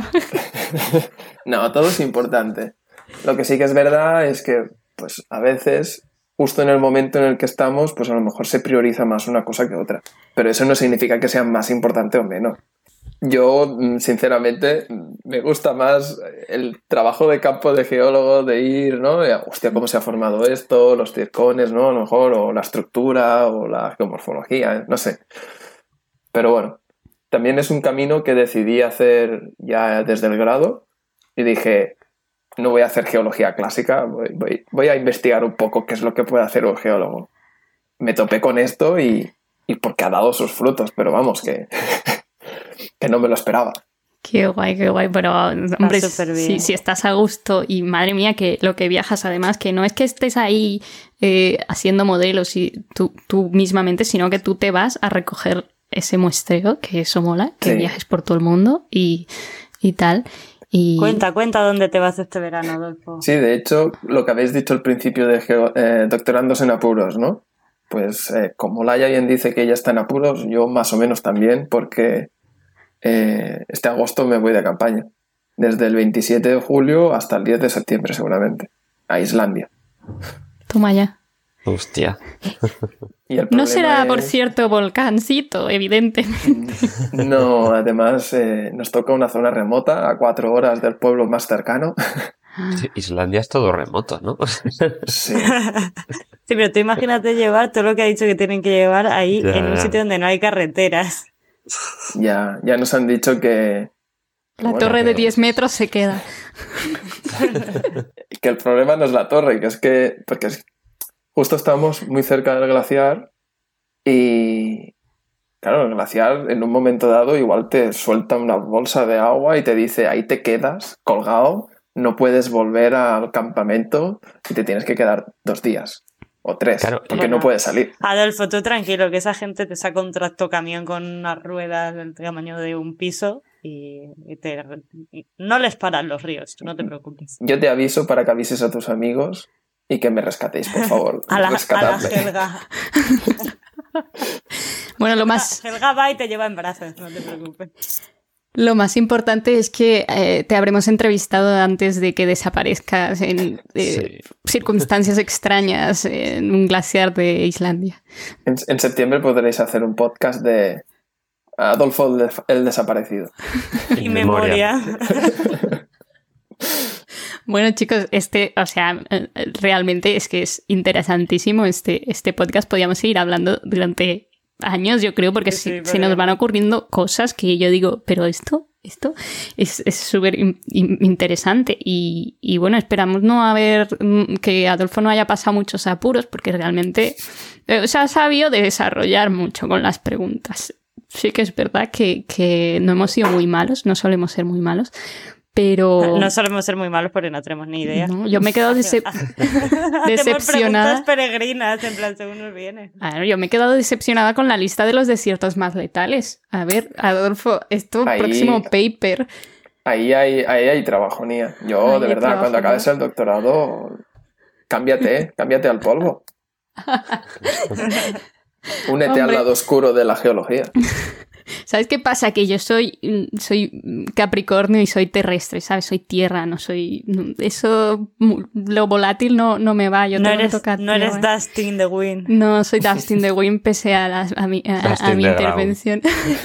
No, todo es importante. Lo que sí que es verdad es que, pues, a veces, justo en el momento en el que estamos, pues a lo mejor se prioriza más una cosa que otra. Pero eso no significa que sea más importante o menos. Yo, sinceramente, me gusta más el trabajo de campo de geólogo, de ir, ¿no? Hostia, cómo se ha formado esto, los zircones, ¿no? A lo mejor, o la estructura, o la geomorfología, no sé. Pero bueno, también es un camino que decidí hacer ya desde el grado y dije, no voy a hacer geología clásica, voy a investigar un poco qué es lo que puede hacer un geólogo. Me topé con esto y porque ha dado sus frutos, pero vamos, que no me lo esperaba. Qué guay, pero hombre, si estás a gusto y madre mía que lo que viajas además, que no es que estés ahí haciendo modelos y tú mismamente, sino que tú te vas a recoger ese muestreo, que eso mola, que viajes por todo el mundo y tal. Y... Cuenta dónde te vas este verano, Adolfo. Sí, de hecho, lo que habéis dicho al principio de doctorandos en apuros, ¿no? Pues como Laia bien dice que ella está en apuros, yo más o menos también, porque este agosto me voy de campaña. Desde el 27 de julio hasta el 10 de septiembre, seguramente. A Islandia. Toma ya. Hostia. Y el no será, por cierto, volcancito, evidentemente. No, además nos toca una zona remota, a 4 horas del pueblo más cercano. Sí, Islandia es todo remoto, ¿no? Sí. Sí, pero tú imagínate llevar todo lo que ha dicho que tienen que llevar ahí en un sitio donde no hay carreteras. Ya nos han dicho que... La torre de 10 metros se queda. Que el problema no es la torre, porque justo estamos muy cerca del glaciar y, claro, el glaciar en un momento dado igual te suelta una bolsa de agua y te dice, ahí te quedas colgado, no puedes volver al campamento y te tienes que quedar 2 días. O 3, claro, porque no puedes salir. Adolfo, tú tranquilo, que esa gente te saca un tractocamión con unas ruedas del tamaño de un piso y no les paran los ríos, tú no te preocupes. Yo te aviso para que avises a tus amigos y que me rescatéis, por favor. a la Helga. Bueno, lo más... Helga va y te lleva en brazos, no te preocupes. Lo más importante es que te habremos entrevistado antes de que desaparezcas en circunstancias extrañas en un glaciar de Islandia. En septiembre podréis hacer un podcast de Adolfo el desaparecido. Y memoria. Bueno, chicos, realmente es que es interesantísimo este podcast. Podríamos seguir hablando durante años, yo creo, porque se nos van ocurriendo cosas que yo digo, pero esto Esto es súper interesante y bueno, esperamos no haber que Adolfo no haya pasado muchos apuros porque realmente se ha sabido desarrollar mucho con las preguntas. Sí que es verdad que no hemos sido muy malos, no solemos ser muy malos, pero... No solemos ser muy malos porque no tenemos ni idea. No, yo me he quedado decepcionada. Hacemos preguntas peregrinas, en plan, según nos viene. Yo me he quedado decepcionada con la lista de los desiertos más letales. A ver, Adolfo, próximo paper. Ahí hay trabajo, Nia. Yo, de verdad, cuando acabes el doctorado, cámbiate al polvo. Únete al lado oscuro de la geología. ¿Sabes qué pasa? Que yo soy Capricornio y soy terrestre, ¿sabes? Soy tierra, no soy... Eso, lo volátil no me va. Yo tengo que tocar no eres Dust in the Wind. No, soy Dust in the Wind pese a mi intervención.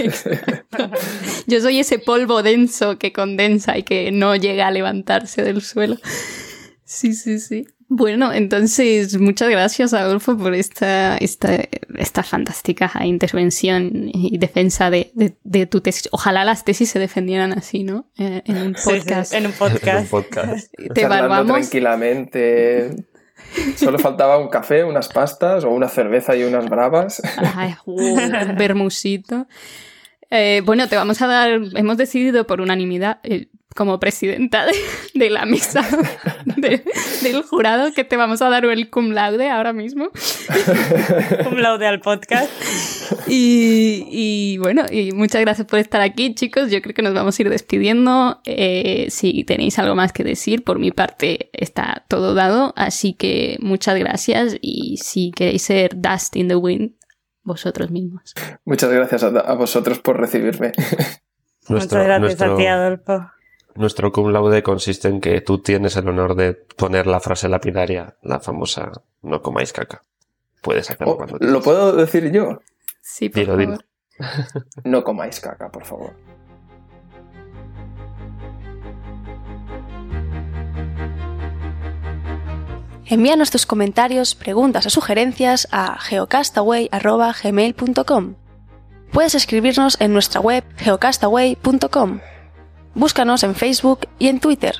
Yo soy ese polvo denso que condensa y que no llega a levantarse del suelo. Sí. Bueno, entonces, muchas gracias, Adolfo, por esta fantástica intervención y defensa de tu tesis. Ojalá las tesis se defendieran así, ¿no? En un podcast. Sí, en un podcast. Te evaluamos tranquilamente. Solo faltaba un café, unas pastas o una cerveza y unas bravas. Ay, un vermusito. Bueno, te vamos a dar... Hemos decidido por unanimidad... como presidenta de la mesa del jurado, que te vamos a dar el cum laude ahora mismo. Cum laude al podcast. Y bueno, y muchas gracias por estar aquí, chicos. Yo creo que nos vamos a ir despidiendo. Si tenéis algo más que decir, por mi parte está todo dado. Así que muchas gracias y si queréis ser Dust in the Wind, vosotros mismos. Muchas gracias a vosotros por recibirme. Muchas gracias a ti, Adolfo. Nuestro cum laude consiste en que tú tienes el honor de poner la frase lapidaria, la famosa "no comáis caca". Puedes hacerlo cuando quieras. ¿Lo puedo decir yo? Sí, por favor. No comáis caca, por favor. Envíanos tus comentarios, preguntas o sugerencias a geocastaway@gmail.com. Puedes escribirnos en nuestra web geocastaway.com. Búscanos en Facebook y en Twitter.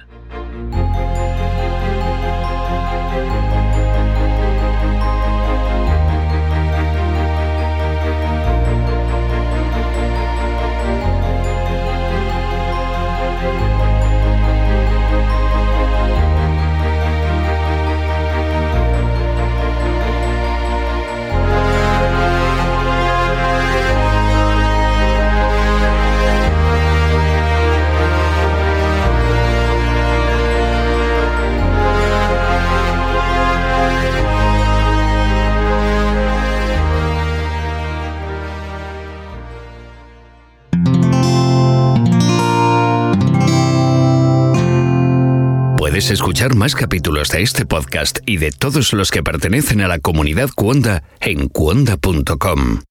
Puedes escuchar más capítulos de este podcast y de todos los que pertenecen a la comunidad Cuonda en cuonda.com.